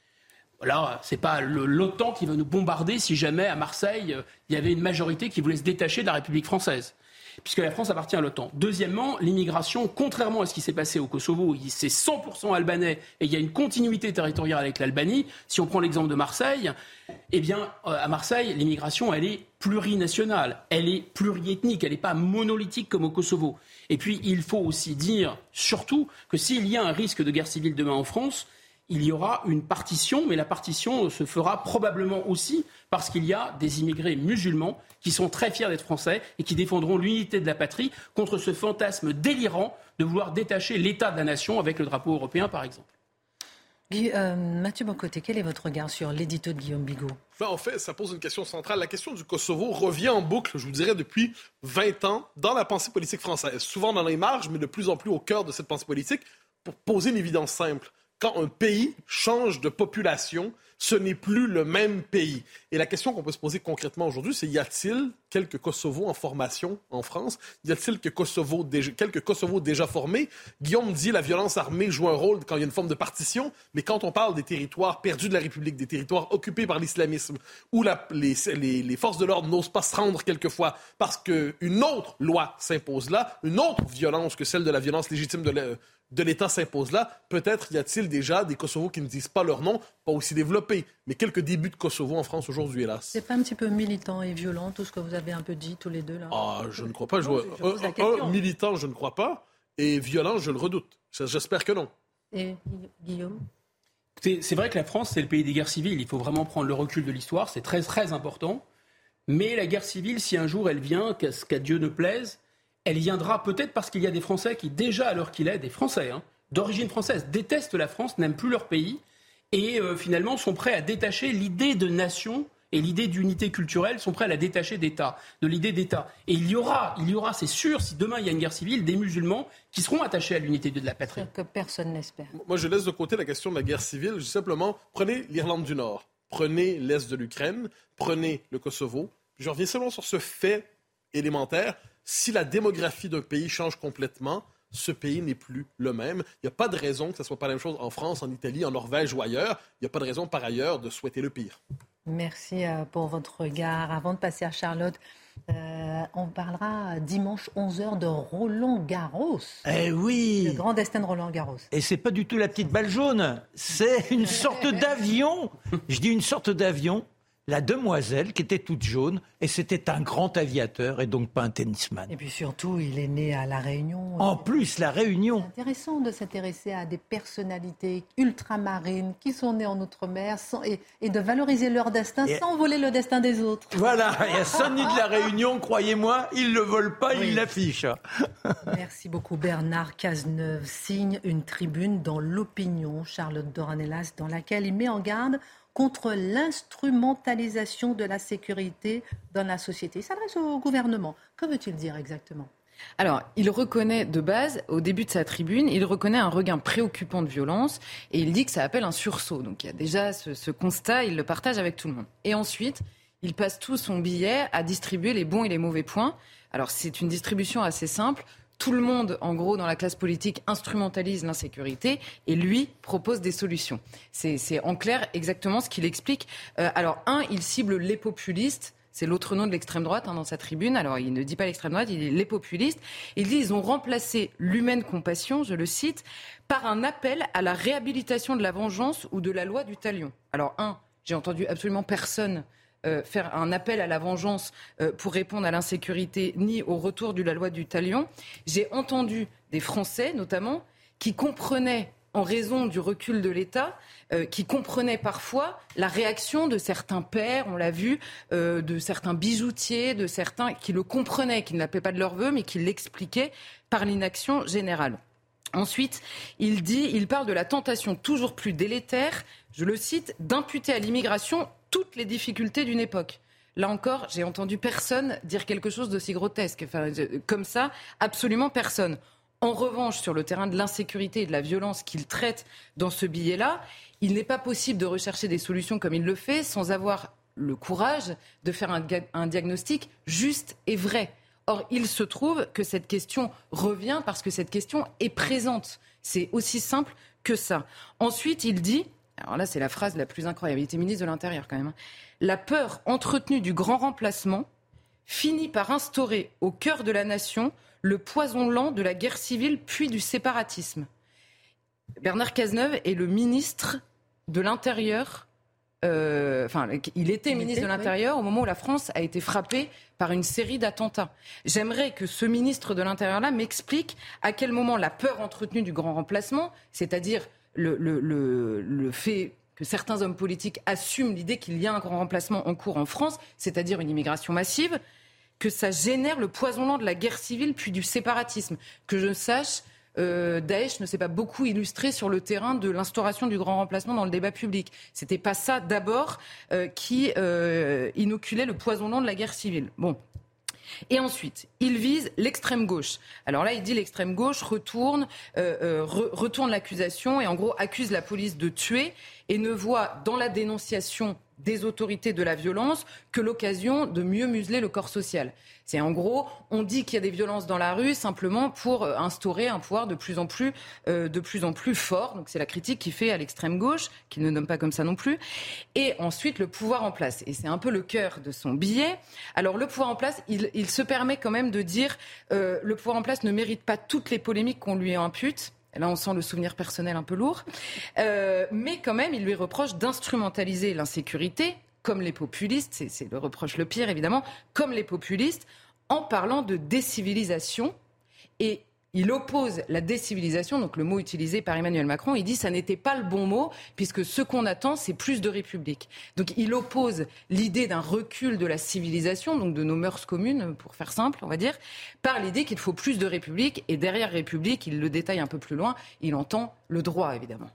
Là, ce n'est pas le, l'OTAN qui va nous bombarder si jamais à Marseille, euh, il y avait une majorité qui voulait se détacher de la République française, puisque la France appartient à l'OTAN. Deuxièmement, l'immigration, contrairement à ce qui s'est passé au Kosovo, c'est cent pour cent albanais et il y a une continuité territoriale avec l'Albanie. Si on prend l'exemple de Marseille, eh bien, euh, à Marseille, l'immigration, elle est plurinationale, elle est pluriethnique, elle n'est pas monolithique comme au Kosovo. Et puis, il faut aussi dire, surtout, que s'il y a un risque de guerre civile demain en France, il y aura une partition, mais la partition se fera probablement aussi parce qu'il y a des immigrés musulmans qui sont très fiers d'être français et qui défendront l'unité de la patrie contre ce fantasme délirant de vouloir détacher l'État de la nation avec le drapeau européen, par exemple. Guy, euh, Mathieu Bocoté, quel est votre regard sur l'édito de Guillaume Bigot ? En fait, ça pose une question centrale. La question du Kosovo revient en boucle, je vous dirais, depuis vingt ans dans la pensée politique française. Souvent dans les marges, mais de plus en plus au cœur de cette pensée politique, pour poser une évidence simple. Quand un pays change de population, ce n'est plus le même pays. Et la question qu'on peut se poser concrètement aujourd'hui, c'est y a-t-il quelques Kosovos en formation en France? Y a-t-il quelques Kosovos déjà, quelques Kosovos déjà formés? Guillaume dit la violence armée joue un rôle quand il y a une forme de partition, mais quand on parle des territoires perdus de la République, des territoires occupés par l'islamisme, où la, les, les, les forces de l'ordre n'osent pas se rendre quelquefois parce qu'une autre loi s'impose là, une autre violence que celle de la violence légitime de la, de l'État s'impose là, peut-être y a-t-il déjà des Kosovos qui ne disent pas leur nom, pas aussi développés, mais quelques débuts de Kosovo en France aujourd'hui, hélas. C'est pas un petit peu militant et violent, tout ce que vous avez un peu dit, tous les deux, là? Ah, je ne crois pas. Je vois, non, je un, un militant, je ne crois pas, et violent, je le redoute. J'espère que non. Et Guillaume? C'est, c'est vrai que la France, c'est le pays des guerres civiles. Il faut vraiment prendre le recul de l'histoire, c'est très, très important. Mais la guerre civile, si un jour elle vient, qu'à, qu'à Dieu ne plaise, elle viendra peut-être parce qu'il y a des Français qui, déjà à l'heure qu'il est, des Français, hein, d'origine française, détestent la France, n'aiment plus leur pays et euh, finalement sont prêts à détacher l'idée de nation et l'idée d'unité culturelle, sont prêts à la détacher d'État, de l'idée d'État. Et il y aura, il y aura, c'est sûr, si demain il y a une guerre civile, des musulmans qui seront attachés à l'unité de la patrie. Que personne n'espère. Moi, je laisse de côté la question de la guerre civile. Je dis simplement, prenez l'Irlande du Nord, prenez l'Est de l'Ukraine, prenez le Kosovo. Je reviens seulement sur ce fait élémentaire. Si la démographie d'un pays change complètement, ce pays n'est plus le même. Il n'y a pas de raison que ce ne soit pas la même chose en France, en Italie, en Norvège ou ailleurs. Il n'y a pas de raison par ailleurs de souhaiter le pire. Merci pour votre regard. Avant de passer à Charlotte, euh, on parlera dimanche onze heures de Roland-Garros. Eh oui. Le grand destin de Roland-Garros. Et c'est pas du tout la petite balle jaune, c'est une sorte d'avion. Je dis une sorte d'avion. La demoiselle qui était toute jaune, et c'était un grand aviateur et donc pas un tennisman. Et puis surtout, il est né à La Réunion. En plus, La Réunion. C'est intéressant de s'intéresser à des personnalités ultramarines qui sont nées en Outre-mer sans, et, et de valoriser leur destin et sans voler le destin des autres. Voilà, il y a Sonny de La Réunion, croyez-moi, il ne le vole pas, oui. Il l'affiche. Merci beaucoup. Bernard Cazeneuve signe une tribune dans l'Opinion, Charlotte Dornelas, dans laquelle il met en garde contre l'instrumentalisation de la sécurité dans la société. Il s'adresse au gouvernement. Que veut-il dire exactement ? Alors, il reconnaît de base, au début de sa tribune, il reconnaît un regain préoccupant de violence et il dit que ça appelle un sursaut. Donc il y a déjà ce, ce constat, il le partage avec tout le monde. Et ensuite, il passe tout son billet à distribuer les bons et les mauvais points. Alors c'est une distribution assez simple. Tout le monde, en gros, dans la classe politique, instrumentalise l'insécurité et lui propose des solutions. C'est, c'est en clair exactement ce qu'il explique. Euh, alors, un, il cible les populistes. C'est l'autre nom de l'extrême droite hein, dans sa tribune. Alors, il ne dit pas l'extrême droite, il dit les populistes. Il dit ils ont remplacé l'humaine compassion, je le cite, par un appel à la réhabilitation de la vengeance ou de la loi du talion. Alors, un, j'ai entendu absolument personne Euh, faire un appel à la vengeance euh, pour répondre à l'insécurité ni au retour de la loi du talion. J'ai entendu des Français, notamment, qui comprenaient, en raison du recul de l'État, euh, qui comprenaient parfois la réaction de certains pères, on l'a vu, euh, de certains bijoutiers, de certains qui le comprenaient, qui ne l'appelaient pas de leur vœu, mais qui l'expliquaient par l'inaction générale. Ensuite, il dit, il parle de la tentation toujours plus délétère, je le cite, d'imputer à l'immigration toutes les difficultés d'une époque. Là encore, j'ai entendu personne dire quelque chose d'aussi grotesque. Enfin, comme ça, absolument personne. En revanche, sur le terrain de l'insécurité et de la violence qu'il traite dans ce billet-là, il n'est pas possible de rechercher des solutions comme il le fait sans avoir le courage de faire un, un diagnostic juste et vrai. Or, il se trouve que cette question revient parce que cette question est présente. C'est aussi simple que ça. Ensuite, il dit... Alors là, c'est la phrase la plus incroyable. Il était ministre de l'Intérieur quand même. La peur entretenue du grand remplacement finit par instaurer au cœur de la nation le poison lent de la guerre civile puis du séparatisme. Bernard Cazeneuve est le ministre de l'Intérieur. Euh, enfin, il était il ministre était, de l'Intérieur oui. au moment où la France a été frappée par une série d'attentats. J'aimerais que ce ministre de l'Intérieur-là m'explique à quel moment la peur entretenue du grand remplacement, c'est-à-dire le, le, le, le fait que certains hommes politiques assument l'idée qu'il y a un grand remplacement en cours en France, c'est-à-dire une immigration massive, que ça génère le poison lent de la guerre civile puis du séparatisme. Que je sache, euh, Daesh ne s'est pas beaucoup illustré sur le terrain de l'instauration du grand remplacement dans le débat public. C'était pas ça d'abord euh, qui euh, inoculait le poison lent de la guerre civile. Bon. Et ensuite, il vise l'extrême gauche. Alors là, il dit l'extrême gauche retourne, euh, euh, re, retourne l'accusation et en gros accuse la police de tuer et ne voit dans la dénonciation des autorités de la violence que l'occasion de mieux museler le corps social. C'est en gros, on dit qu'il y a des violences dans la rue simplement pour euh, instaurer un pouvoir de plus en plus, euh, de plus en plus fort. Donc c'est la critique qu'il fait à l'extrême gauche, qu'il ne nomme pas comme ça non plus. Et ensuite, le pouvoir en place. Et c'est un peu le cœur de son billet. Alors le pouvoir en place, il, il se permet quand même de dire euh, le pouvoir en place ne mérite pas toutes les polémiques qu'on lui impute. Là, on sent le souvenir personnel un peu lourd. Euh, mais quand même, il lui reproche d'instrumentaliser l'insécurité, comme les populistes, c'est, c'est le reproche le pire évidemment, comme les populistes, en parlant de décivilisation. Et il oppose la décivilisation, donc le mot utilisé par Emmanuel Macron, il dit que ça n'était pas le bon mot, puisque ce qu'on attend, c'est plus de république. Donc il oppose l'idée d'un recul de la civilisation, donc de nos mœurs communes, pour faire simple, on va dire, par l'idée qu'il faut plus de république. Et derrière république, il le détaille un peu plus loin, il entend le droit, évidemment.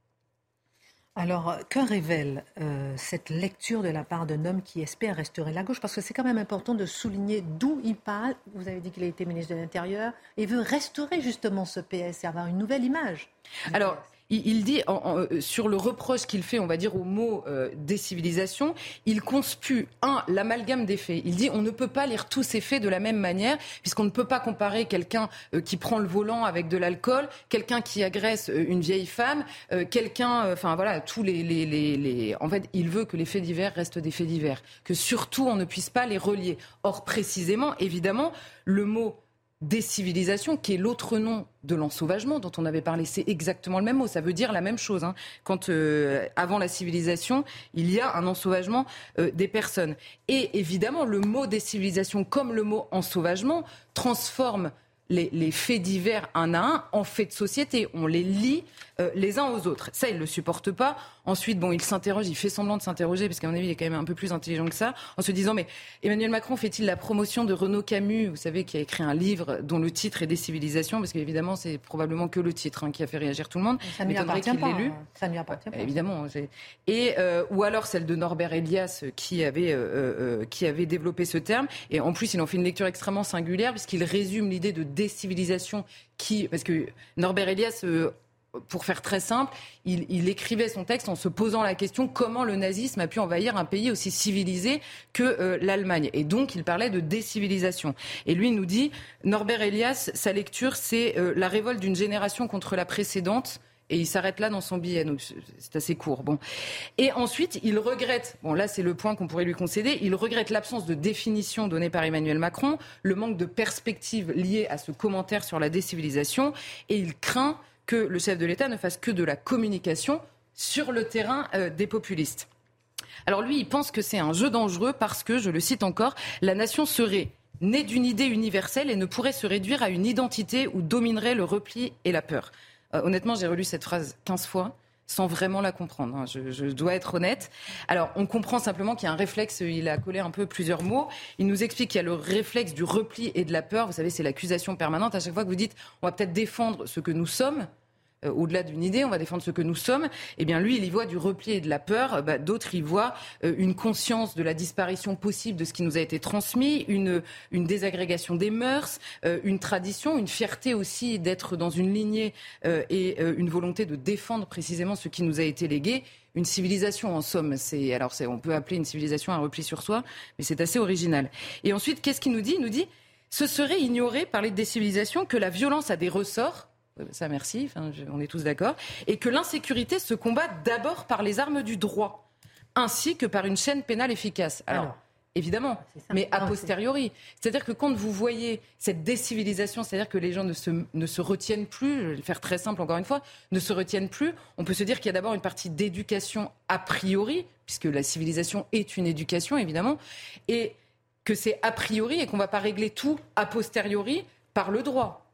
Alors, que révèle euh, cette lecture de la part d'un homme qui espère restaurer la gauche ? Parce que c'est quand même important de souligner d'où il parle. Vous avez dit qu'il a été ministre de l'Intérieur et veut restaurer justement ce P S et avoir une nouvelle image. Alors, il dit, en, en, sur le reproche qu'il fait, on va dire, au mot euh, décivilisation, il conspue, un, l'amalgame des faits. Il dit, on ne peut pas lire tous ces faits de la même manière, puisqu'on ne peut pas comparer quelqu'un euh, qui prend le volant avec de l'alcool, quelqu'un qui agresse euh, une vieille femme, euh, quelqu'un, enfin euh, voilà, tous les, les, les, les... En fait, il veut que les faits divers restent des faits divers, que surtout on ne puisse pas les relier. Or, précisément, évidemment, le mot décivilisation, qui est l'autre nom de l'ensauvagement dont on avait parlé, c'est exactement le même mot, ça veut dire la même chose. Hein. Quand euh, avant la civilisation, il y a un ensauvagement euh, des personnes. Et évidemment, le mot décivilisation, comme le mot ensauvagement, transforme les, les faits divers un à un en faits de société. On les lie euh, les uns aux autres. Ça, il ne le supporte pas. Ensuite, bon, il s'interroge, il fait semblant de s'interroger, parce qu'à mon avis, il est quand même un peu plus intelligent que ça, en se disant, mais Emmanuel Macron fait-il la promotion de Renaud Camus, vous savez, qui a écrit un livre dont le titre est Décivilisation, parce qu'évidemment, c'est probablement que le titre hein, qui a fait réagir tout le monde. Ça ne lui appartient pas. Lu. Ça ne lui appartient ouais, pas. Évidemment. J'ai... Et, euh, ou alors celle de Norbert Elias, qui avait, euh, euh, qui avait développé ce terme. Et en plus, il en fait une lecture extrêmement singulière, puisqu'il résume l'idée de décivilisation qui... Parce que Norbert Elias... Euh, pour faire très simple, il, il écrivait son texte en se posant la question comment le nazisme a pu envahir un pays aussi civilisé que euh, l'Allemagne. Et donc, il parlait de décivilisation. Et lui, il nous dit, Norbert Elias, sa lecture, c'est euh, la révolte d'une génération contre la précédente. Et il s'arrête là dans son billet, donc c'est assez court. Bon. Et ensuite, il regrette, bon là c'est le point qu'on pourrait lui concéder, il regrette l'absence de définition donnée par Emmanuel Macron, le manque de perspective lié à ce commentaire sur la décivilisation, et il craint que le chef de l'État ne fasse que de la communication sur le terrain euh, des populistes. Alors lui, il pense que c'est un jeu dangereux parce que, je le cite encore, la nation serait née d'une idée universelle et ne pourrait se réduire à une identité où dominerait le repli et la peur. Euh, honnêtement, j'ai relu cette phrase quinze fois sans vraiment la comprendre. Hein. Je, je dois être honnête. Alors, on comprend simplement qu'il y a un réflexe, il a collé un peu plusieurs mots. Il nous explique qu'il y a le réflexe du repli et de la peur. Vous savez, c'est l'accusation permanente. À chaque fois que vous dites, on va peut-être défendre ce que nous sommes, Euh, au-delà d'une idée, on va défendre ce que nous sommes. Eh bien, lui, il y voit du repli et de la peur. Euh, bah, d'autres y voient euh, une conscience de la disparition possible de ce qui nous a été transmis, une, une désagrégation des mœurs, euh, une tradition, une fierté aussi d'être dans une lignée euh, et euh, une volonté de défendre précisément ce qui nous a été légué. Une civilisation, en somme. C'est, alors, c'est, on peut appeler une civilisation un repli sur soi, mais c'est assez original. Et ensuite, qu'est-ce qu'il nous dit ? Il nous dit, ce serait ignorer, parler de décivilisation, que la violence a des ressorts. Ça, merci, enfin, je, on est tous d'accord. Et que l'insécurité se combat d'abord par les armes du droit, ainsi que par une chaîne pénale efficace. Alors, Alors évidemment, mais a posteriori. C'est-à-dire que quand vous voyez cette décivilisation, c'est-à-dire que les gens ne se, ne se retiennent plus, je vais le faire très simple encore une fois, ne se retiennent plus, on peut se dire qu'il y a d'abord une partie d'éducation a priori, puisque la civilisation est une éducation, évidemment, et que c'est a priori et qu'on ne va pas régler tout a posteriori par le droit.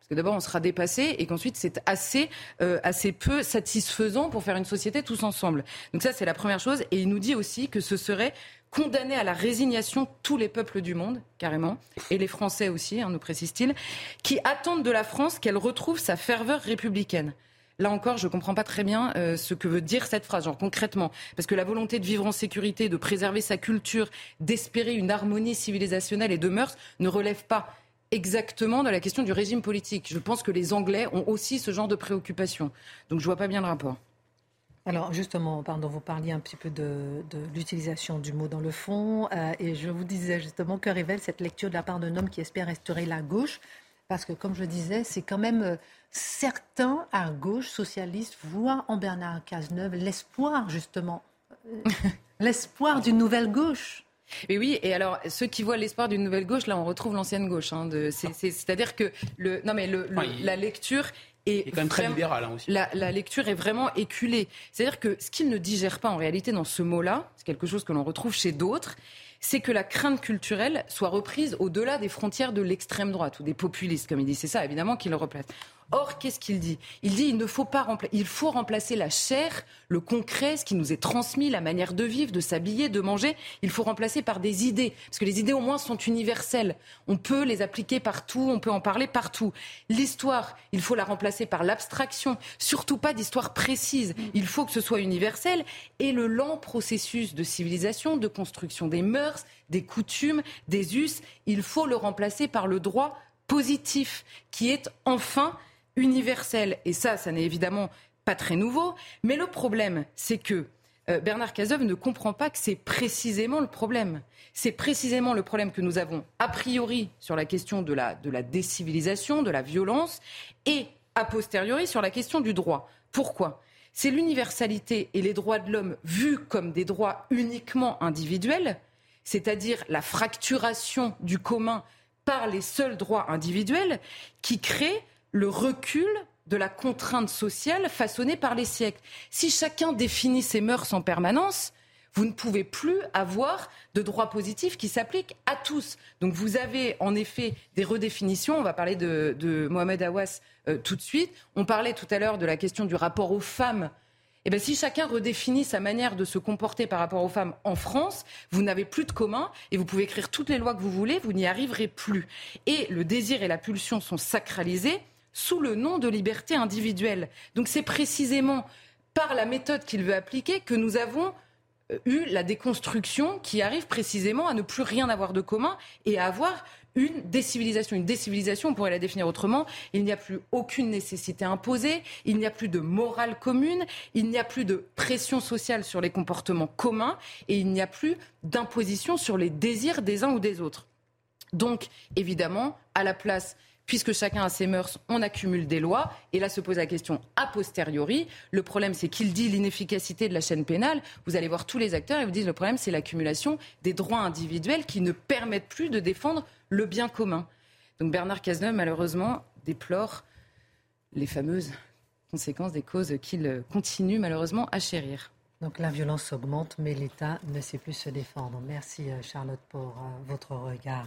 que d'abord, on sera dépassé et qu'ensuite, c'est assez, euh, assez peu satisfaisant pour faire une société tous ensemble. Donc ça, c'est la première chose. Et il nous dit aussi que ce serait condamner à la résignation tous les peuples du monde, carrément, et les Français aussi, hein, nous précise-t-il, qui attendent de la France qu'elle retrouve sa ferveur républicaine. Là encore, je ne comprends pas très bien euh, ce que veut dire cette phrase, genre concrètement. Parce que la volonté de vivre en sécurité, de préserver sa culture, d'espérer une harmonie civilisationnelle et de mœurs ne relève pas exactement de la question du régime politique. Je pense que les Anglais ont aussi ce genre de préoccupation. Donc je ne vois pas bien le rapport. Alors justement, pardon, vous parliez un petit peu de, de l'utilisation du mot dans le fond. Euh, et je vous disais justement que révèle cette lecture de la part d'un homme qui espère restaurer la gauche. Parce que, comme je disais, c'est quand même euh, certains à gauche, socialistes, voient en Bernard Cazeneuve l'espoir, justement, euh, l'espoir d'une nouvelle gauche. Mais oui, et alors, ceux qui voient l'espoir d'une nouvelle gauche, là, on retrouve l'ancienne gauche. Hein, de, c'est, c'est, c'est-à-dire que le, non, mais le, le, ouais, il, la lecture est, est quand même très libéral hein, aussi. La, la lecture est vraiment éculée. C'est-à-dire que ce qu'il ne digère pas en réalité dans ce mot-là, c'est quelque chose que l'on retrouve chez d'autres, c'est que la crainte culturelle soit reprise au-delà des frontières de l'extrême droite ou des populistes, comme il dit. C'est ça, évidemment, qu'il le replace. Or, qu'est-ce qu'il dit ? Il dit il ne faut pas rempla- il faut remplacer la chair, le concret, ce qui nous est transmis, la manière de vivre, de s'habiller, de manger. Il faut remplacer par des idées, parce que les idées au moins sont universelles. On peut les appliquer partout, on peut en parler partout. L'histoire, il faut la remplacer par l'abstraction, surtout pas d'histoire précise. Il faut que ce soit universel. Et le lent processus de civilisation, de construction des mœurs, des coutumes, des us, il faut le remplacer par le droit positif, qui est enfin universel. Et ça, ça n'est évidemment pas très nouveau. Mais le problème, c'est que euh, Bernard Cazeneuve ne comprend pas que c'est précisément le problème. C'est précisément le problème que nous avons a priori sur la question de la, de la décivilisation, de la violence, et a posteriori sur la question du droit. Pourquoi ? C'est l'universalité et les droits de l'homme vus comme des droits uniquement individuels, c'est-à-dire la fracturation du commun par les seuls droits individuels, qui créent le recul de la contrainte sociale façonnée par les siècles. Si chacun définit ses mœurs en permanence, vous ne pouvez plus avoir de droits positifs qui s'appliquent à tous. Donc vous avez en effet des redéfinitions. On va parler de, de Mohamed Aouas euh, tout de suite. On parlait tout à l'heure de la question du rapport aux femmes. Eh bien, si chacun redéfinit sa manière de se comporter par rapport aux femmes en France, vous n'avez plus de commun et vous pouvez écrire toutes les lois que vous voulez, vous n'y arriverez plus. Et le désir et la pulsion sont sacralisés sous le nom de liberté individuelle. Donc c'est précisément par la méthode qu'il veut appliquer que nous avons eu la déconstruction qui arrive précisément à ne plus rien avoir de commun et à avoir une décivilisation. Une décivilisation, on pourrait la définir autrement. Il n'y a plus aucune nécessité imposée, il n'y a plus de morale commune, il n'y a plus de pression sociale sur les comportements communs et il n'y a plus d'imposition sur les désirs des uns ou des autres. Donc, évidemment, à la place... Puisque chacun a ses mœurs, on accumule des lois. Et là se pose la question a posteriori. Le problème, c'est qu'il dit l'inefficacité de la chaîne pénale. Vous allez voir tous les acteurs et vous disent le problème, c'est l'accumulation des droits individuels qui ne permettent plus de défendre le bien commun. Donc Bernard Cazeneuve, malheureusement, déplore les fameuses conséquences des causes qu'il continue malheureusement à chérir. Donc la violence augmente, mais l'État ne sait plus se défendre. Merci Charlotte pour euh, votre regard.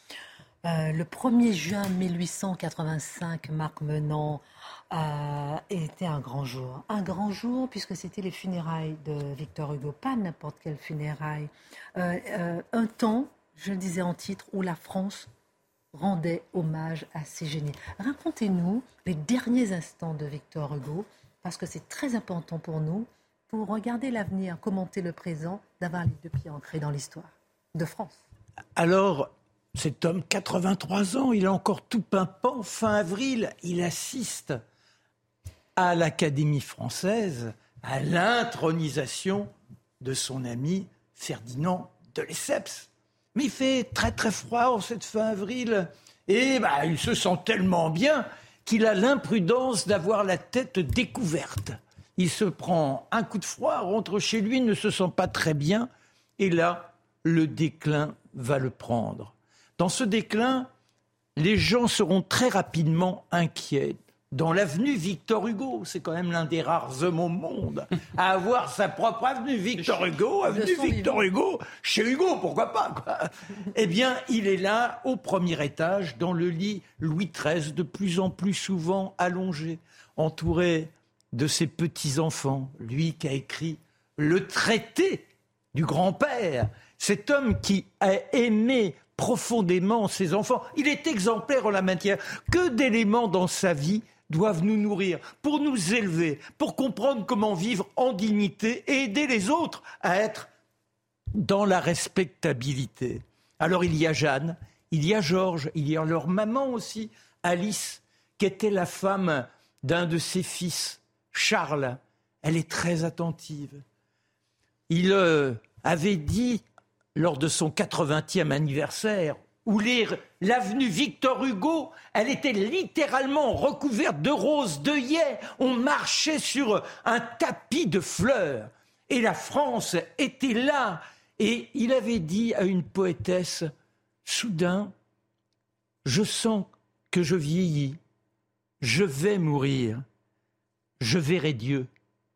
Euh, le premier juin mille huit cent quatre-vingt-cinq, Marc Menant, euh, était un grand jour. Un grand jour puisque c'était les funérailles de Victor Hugo, pas n'importe quelle funéraille. Euh, euh, un temps, je le disais en titre, où la France rendait hommage à ses génies. Racontez-nous les derniers instants de Victor Hugo, parce que c'est très important pour nous, pour regarder l'avenir, commenter le présent, d'avoir les deux pieds ancrés dans l'histoire de France. Alors... Cet homme, quatre-vingt-trois ans, il est encore tout pimpant. Fin avril, il assiste à l'Académie française, à l'intronisation de son ami Ferdinand de Lesseps. Mais il fait très très froid en cette fin avril. Et bah, il se sent tellement bien qu'il a l'imprudence d'avoir la tête découverte. Il se prend un coup de froid, rentre chez lui, ne se sent pas très bien. Et là, le déclin va le prendre. Dans ce déclin, les gens seront très rapidement inquiets dans l'avenue Victor Hugo. C'est quand même l'un des rares hommes au monde à avoir sa propre avenue Victor Hugo. Avenue Victor Hugo, chez Hugo, pourquoi pas, quoi. Eh bien, il est là, au premier étage, dans le lit Louis treize, de plus en plus souvent allongé, entouré de ses petits-enfants. Lui qui a écrit le traité du grand-père, cet homme qui a aimé profondément ses enfants. Il est exemplaire en la matière. Que d'éléments dans sa vie doivent nous nourrir, pour nous élever, pour comprendre comment vivre en dignité et aider les autres à être dans la respectabilité. Alors il y a Jeanne, il y a Georges, il y a leur maman aussi, Alice, qui était la femme d'un de ses fils, Charles. Elle est très attentive. Il euh, avait dit, lors de son quatre-vingtième anniversaire, où les, l'avenue Victor Hugo, elle était littéralement recouverte de roses, d'œillets. On marchait sur un tapis de fleurs. Et la France était là. Et il avait dit à une poétesse, soudain, je sens que je vieillis, je vais mourir, je verrai Dieu,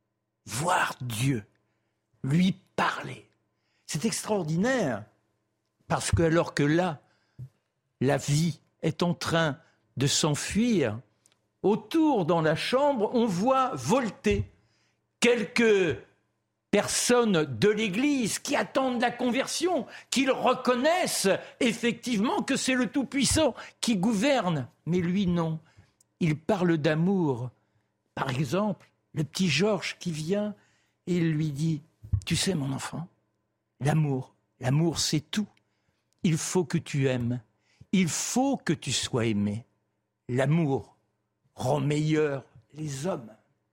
voir Dieu, lui parler. C'est extraordinaire, parce que alors que là, la vie est en train de s'enfuir, autour dans la chambre, on voit volter quelques personnes de l'Église qui attendent la conversion, qui reconnaissent effectivement que c'est le Tout-Puissant qui gouverne. Mais lui, non. Il parle d'amour. Par exemple, le petit Georges qui vient et il lui dit « Tu sais, mon enfant, l'amour, l'amour, c'est tout. Il faut que tu aimes. Il faut que tu sois aimé. L'amour rend meilleurs les hommes. »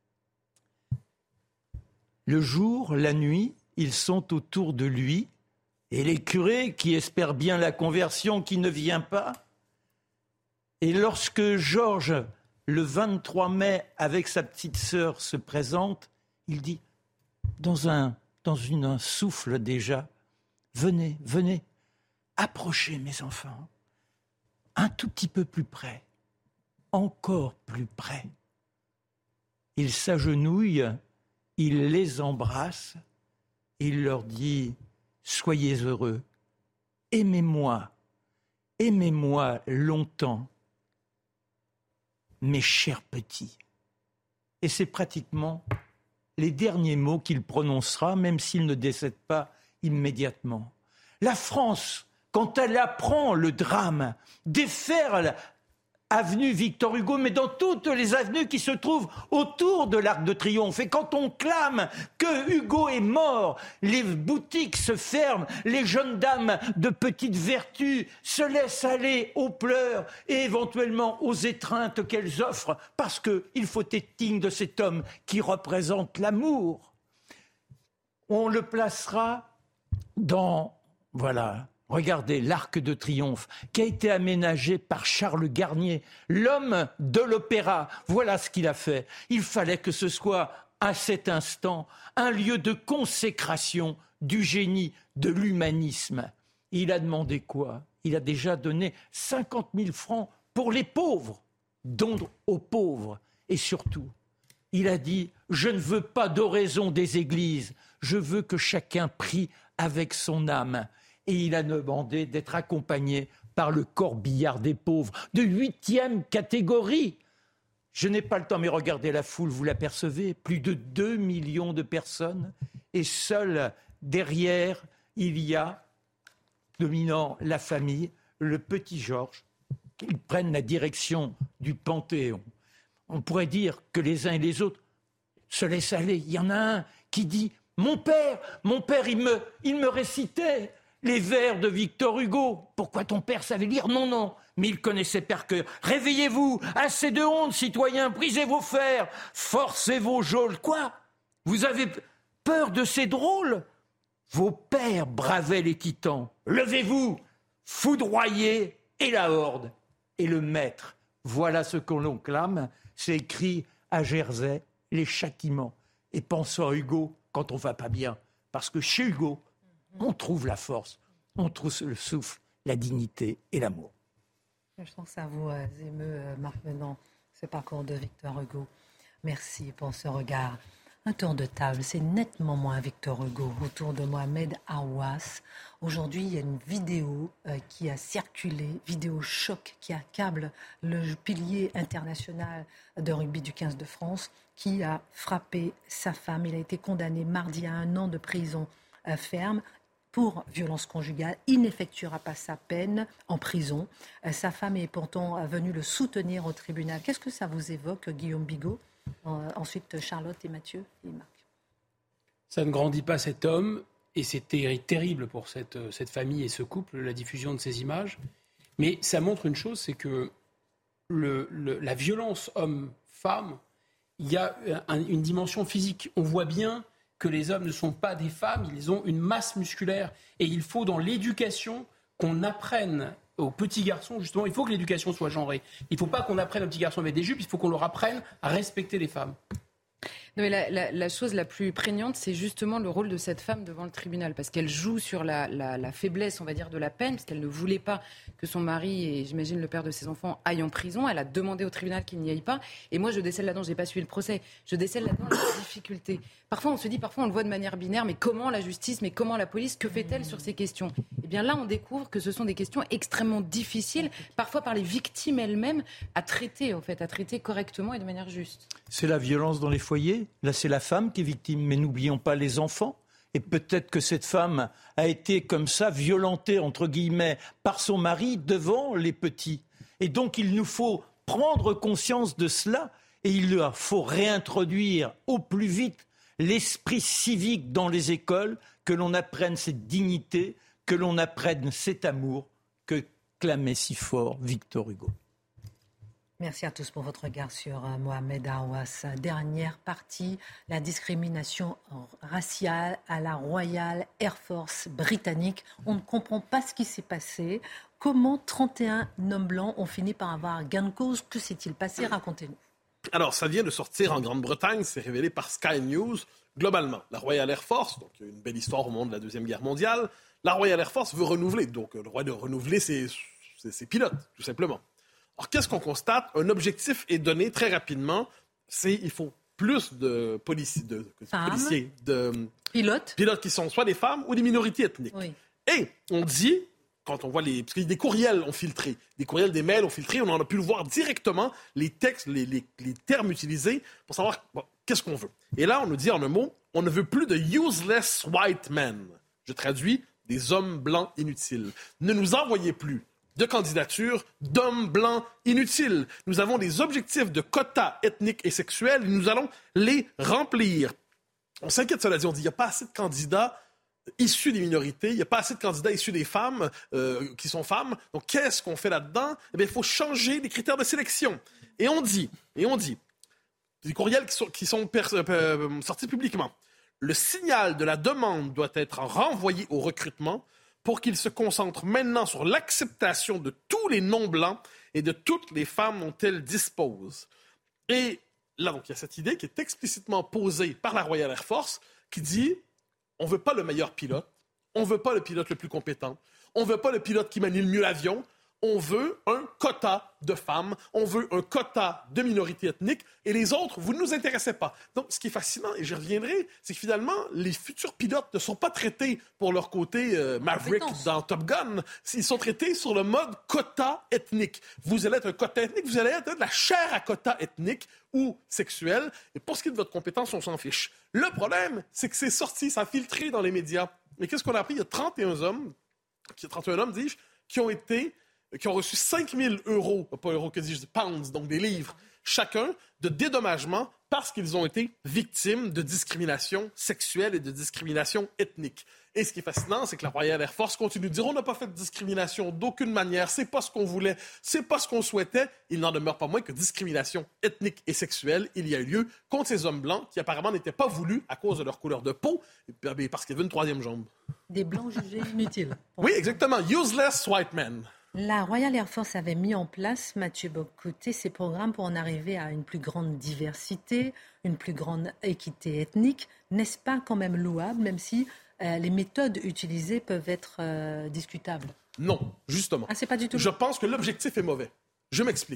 Le jour, la nuit, ils sont autour de lui, et les curés qui espèrent bien la conversion qui ne vient pas. Et lorsque Georges, le vingt-trois mai, avec sa petite sœur, se présente, il dit, dans un, dans une, un souffle déjà, « Venez, venez, approchez mes enfants, un tout petit peu plus près, encore plus près. » Il s'agenouille, il les embrasse, il leur dit « Soyez heureux, aimez-moi, aimez-moi longtemps, mes chers petits. » Et c'est pratiquement les derniers mots qu'il prononcera, même s'il ne décède pas immédiatement. La France, quand elle apprend le drame, déferle avenue Victor Hugo, mais dans toutes les avenues qui se trouvent autour de l'Arc de Triomphe. Et quand on clame que Hugo est mort, les boutiques se ferment, les jeunes dames de petite vertu se laissent aller aux pleurs et éventuellement aux étreintes qu'elles offrent, parce qu'il faut être digne de cet homme qui représente l'amour. On le placera dans, voilà, regardez, l'Arc de Triomphe, qui a été aménagé par Charles Garnier, l'homme de l'opéra. Voilà ce qu'il a fait. Il fallait que ce soit, à cet instant, un lieu de consécration du génie, de l'humanisme. Il a demandé quoi ? Il a déjà donné cinquante mille francs pour les pauvres, don aux pauvres. Et surtout, il a dit « Je ne veux pas d'oraison des églises, je veux que chacun prie avec son âme ». Et il a demandé d'être accompagné par le corbillard des pauvres, de huitième catégorie. Je n'ai pas le temps, mais regardez la foule, vous l'apercevez, plus de deux millions de personnes. Et seul derrière, il y a, dominant la famille, le petit Georges. Ils prennent la direction du Panthéon. On pourrait dire que les uns et les autres se laissent aller. Il y en a un qui dit « Mon père, mon père, il me, il me récitait ». Les vers de Victor Hugo. Pourquoi ton père savait lire ? Non, non, mais il connaissait par cœur. Réveillez-vous, assez de honte, citoyens, brisez vos fers, forcez vos geôles. Quoi ? Vous avez peur de ces drôles ? Vos pères bravaient les titans. Levez-vous, foudroyez, et la horde, et le maître. Voilà ce que l'on clame. C'est écrit à Jersey, les châtiments. Et pensons à Hugo quand on va pas bien. Parce que chez Hugo, on trouve la force, on trouve le souffle, la dignité et l'amour. Je sens que ça vous émeut, Marc Menant, Ce parcours de Victor Hugo. Merci pour ce regard. Un tour de table, c'est nettement moins Victor Hugo. Autour de Mohamed Aouas. Aujourd'hui, il y a une vidéo euh, qui a circulé, vidéo choc qui accable le pilier international de rugby du quinze de France, qui a frappé sa femme. Il a été condamné mardi à un an de prison euh, ferme pour violence conjugale. Il n'effectuera pas sa peine en prison. Euh, sa femme est pourtant venue le soutenir au tribunal. Qu'est-ce que ça vous évoque, Guillaume Bigot ? Euh, ensuite, Charlotte et Mathieu et Marc. Ça ne grandit pas cet homme, et c'est ter- terrible pour cette, cette famille et ce couple, la diffusion de ces images. Mais ça montre une chose, c'est que le, le, la violence homme-femme, il y a un, une dimension physique. On voit bien que les hommes ne sont pas des femmes, ils ont une masse musculaire. Et il faut, dans l'éducation, qu'on apprenne aux petits garçons, justement, il faut que l'éducation soit genrée. Il ne faut pas qu'on apprenne aux petits garçons avec des jupes, il faut qu'on leur apprenne à respecter les femmes. Non, mais la, la, la chose la plus prégnante, c'est justement le rôle de cette femme devant le tribunal, parce qu'elle joue sur la, la, la faiblesse, on va dire, de la peine, parce qu'elle ne voulait pas que son mari et, j'imagine, le père de ses enfants aillent en prison. Elle a demandé au tribunal qu'il n'y aille pas. Et moi, je décèle là-dedans, je n'ai pas suivi le procès, je décèle là-dedans la difficulté. Parfois, on se dit, parfois, on le voit de manière binaire, mais comment la justice, mais comment la police, que fait-elle sur ces questions ? Eh bien là, on découvre que ce sont des questions extrêmement difficiles, parfois par les victimes elles-mêmes, à traiter, en fait, à traiter correctement et de manière juste. C'est la violence dans les foyers. Là, c'est la femme qui est victime. Mais n'oublions pas les enfants. Et peut-être que cette femme a été comme ça violentée, entre guillemets, par son mari devant les petits. Et donc, il nous faut prendre conscience de cela. Et il faut réintroduire au plus vite l'esprit civique dans les écoles, que l'on apprenne cette dignité, que l'on apprenne cet amour que clamait si fort Victor Hugo. Merci à tous pour votre regard sur euh, Mohamed Aouas. Dernière partie, la discrimination raciale à la Royal Air Force britannique. On ne comprend pas ce qui s'est passé. Comment trente et un hommes blancs ont fini par avoir gain de cause ? Que s'est-il passé ? Racontez-nous. Alors, ça vient de sortir en Grande-Bretagne, c'est révélé par Sky News. Globalement, la Royal Air Force, donc il y a une belle histoire au moment de la Deuxième Guerre mondiale, la Royal Air Force veut renouveler, donc le droit de renouveler ses, ses, ses pilotes, tout simplement. Alors, qu'est-ce qu'on constate ? Un objectif est donné très rapidement, c'est il faut plus de, polici- de, de policiers, de pilotes. pilotes qui sont soit des femmes ou des minorités ethniques. Oui. Et on dit, quand on voit les... Parce que des courriels ont filtré, des courriels, des mails ont filtré, on en a pu le voir directement, les textes, les, les, les termes utilisés, pour savoir bon, qu'est-ce qu'on veut. Et là, on nous dit en un mot, on ne veut plus de useless white men. Je traduis, des hommes blancs inutiles. Ne nous envoyez plus de candidatures d'hommes blancs inutiles. Nous avons des objectifs de quotas ethniques et sexuels et nous allons les remplir. On s'inquiète, cela dit, on dit qu'il n'y a pas assez de candidats issus des minorités, il n'y a pas assez de candidats issus des femmes, euh, qui sont femmes. Donc, qu'est-ce qu'on fait là-dedans? Eh bien, il faut changer les critères de sélection. Et on dit, et on dit, des courriels qui sont, qui sont per, euh, sortis publiquement, le signal de la demande doit être renvoyé au recrutement pour qu'il se concentre maintenant sur l'acceptation de tous les non-blancs et de toutes les femmes dont elles disposent. Et là, donc, il y a cette idée qui est explicitement posée par la Royal Air Force qui dit on ne veut pas le meilleur pilote, on ne veut pas le pilote le plus compétent, on ne veut pas le pilote qui manie le mieux l'avion, on veut un quota de femmes, on veut un quota de minorités ethniques, et les autres, vous ne nous intéressez pas. Donc, ce qui est fascinant, et j'y reviendrai, c'est que finalement, les futurs pilotes ne sont pas traités pour leur côté euh, Maverick dans Top Gun, ils sont traités sur le mode quota ethnique. Vous allez être un quota ethnique, vous allez être de la chair à quota ethnique ou sexuel, et pour ce qui est de votre compétence, on s'en fiche. Le problème, c'est que c'est sorti, ça a filtré dans les médias. Mais qu'est-ce qu'on a appris? Il y a trente et un hommes, trente et un hommes, dis-je, qui ont été qui ont reçu cinq mille euros, pas euros, que dis-je, pounds, donc des livres, chacun, de dédommagement parce qu'ils ont été victimes de discrimination sexuelle et de discrimination ethnique. Et ce qui est fascinant, c'est que la Royal Air Force continue de dire on n'a pas fait de discrimination d'aucune manière, c'est pas ce qu'on voulait, c'est pas ce qu'on souhaitait. Il n'en demeure pas moins que discrimination ethnique et sexuelle, il y a eu lieu contre ces hommes blancs qui apparemment n'étaient pas voulus à cause de leur couleur de peau, et parce qu'ils avaient une troisième jambe. Des blancs jugés inutiles. Oui, exactement. Useless white men. La Royal Air Force avait mis en place, Mathieu Bock-Côté, ces programmes pour en arriver à une plus grande diversité, une plus grande équité ethnique. N'est-ce pas quand même louable, même si euh, les méthodes utilisées peuvent être euh, discutables? Non, justement. Ah, c'est pas du tout. Je pense que l'objectif est mauvais. Je m'explique.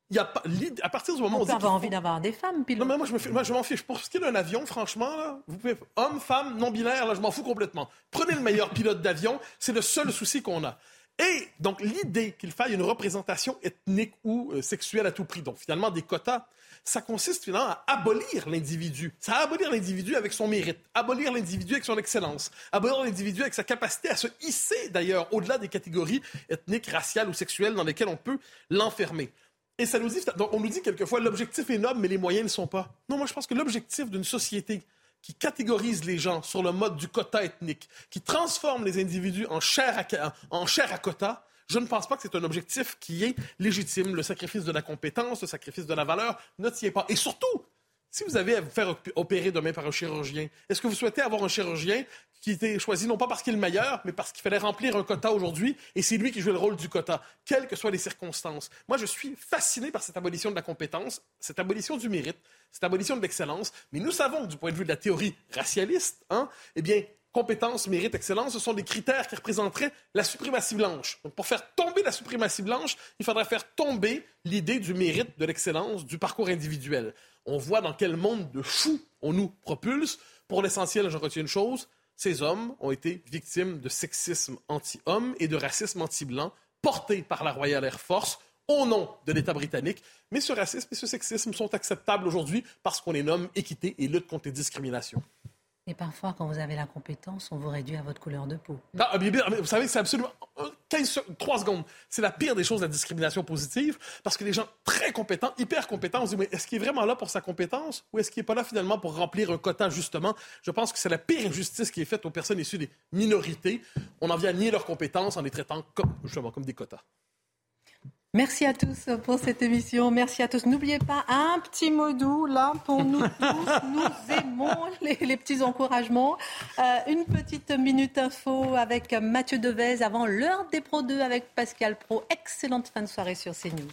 Il y a pas, à partir du moment on où on peut dit avoir faut... envie d'avoir des femmes pilotes. Non, mais moi, je, me, moi, je m'en fiche. Pour ce qui est d'un avion, franchement, là, vous pouvez... homme, femme, non-binaire, là, je m'en fous complètement. Prenez le meilleur pilote d'avion, c'est le seul souci qu'on a. Et donc, l'idée qu'il faille une représentation ethnique ou euh, sexuelle à tout prix, donc finalement des quotas, ça consiste finalement à abolir l'individu. Ça à abolir l'individu avec son mérite, abolir l'individu avec son excellence, abolir l'individu avec sa capacité à se hisser, d'ailleurs, au-delà des catégories ethniques, raciales ou sexuelles dans lesquelles on peut l'enfermer. Et ça nous dit, donc on nous dit quelquefois, l'objectif est noble, mais les moyens ne sont pas. Non, moi je pense que l'objectif d'une société qui catégorise les gens sur le mode du quota ethnique, qui transforme les individus en chair à, en chair à quota, je ne pense pas que c'est un objectif qui est légitime. Le sacrifice de la compétence, le sacrifice de la valeur ne tient pas. Et surtout, si vous avez à vous faire opérer demain par un chirurgien, est-ce que vous souhaitez avoir un chirurgien qui était choisi non pas parce qu'il est le meilleur, mais parce qu'il fallait remplir un quota aujourd'hui, et c'est lui qui joue le rôle du quota, quelles que soient les circonstances. Moi, je suis fasciné par cette abolition de la compétence, cette abolition du mérite, cette abolition de l'excellence, mais nous savons, du point de vue de la théorie racialiste, hein, eh bien, compétence, mérite, excellence, ce sont des critères qui représenteraient la suprématie blanche. Donc, pour faire tomber la suprématie blanche, il faudrait faire tomber l'idée du mérite, de l'excellence, du parcours individuel. On voit dans quel monde de fous on nous propulse. Pour l'essentiel, je retiens une chose, ces hommes ont été victimes de sexisme anti-homme et de racisme anti-blanc porté par la Royal Air Force au nom de l'État britannique. Mais ce racisme et ce sexisme sont acceptables aujourd'hui parce qu'on les nomme équité et lutte contre les discriminations. Et parfois, quand vous avez la compétence, on vous réduit à votre couleur de peau. Non, mais, mais vous savez, c'est absolument... quinze, trois secondes. C'est la pire des choses, la discrimination positive, parce que les gens très compétents, hyper compétents, on se dit, mais est-ce qu'il est vraiment là pour sa compétence ou est-ce qu'il n'est pas là finalement pour remplir un quota, justement? Je pense que c'est la pire injustice qui est faite aux personnes issues des minorités. On en vient à nier leurs compétences en les traitant comme, justement, comme des quotas. Merci à tous pour cette émission. Merci à tous. N'oubliez pas un petit mot doux, là, pour nous tous. Nous aimons les, les petits encouragements. Euh, une petite minute info avec Mathieu Devez avant l'heure des Pro deux avec Pascal Praud. Excellente fin de soirée sur CNews.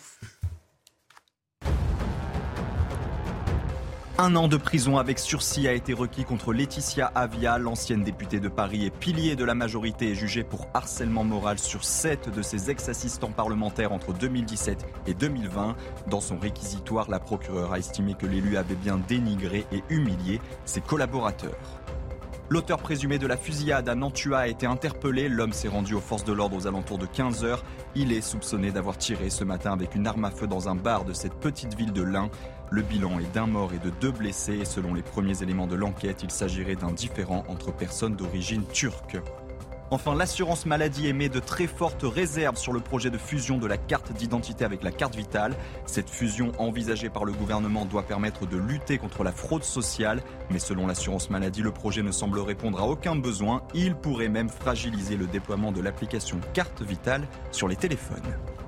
Un an de prison avec sursis a été requis contre Laetitia Avia, l'ancienne députée de Paris et pilier de la majorité, est jugée pour harcèlement moral sur sept de ses ex-assistants parlementaires entre deux mille dix-sept et deux mille vingt. Dans son réquisitoire, la procureure a estimé que l'élu avait bien dénigré et humilié ses collaborateurs. L'auteur présumé de la fusillade à Nantua a été interpellé. L'homme s'est rendu aux forces de l'ordre aux alentours de quinze heures. Il est soupçonné d'avoir tiré ce matin avec une arme à feu dans un bar de cette petite ville de l'Ain. Le bilan est d'un mort et de deux blessés. Et selon les premiers éléments de l'enquête, il s'agirait d'un différend entre personnes d'origine turque. Enfin, l'assurance maladie émet de très fortes réserves sur le projet de fusion de la carte d'identité avec la carte vitale. Cette fusion envisagée par le gouvernement doit permettre de lutter contre la fraude sociale. Mais selon l'assurance maladie, le projet ne semble répondre à aucun besoin. Il pourrait même fragiliser le déploiement de l'application carte vitale sur les téléphones.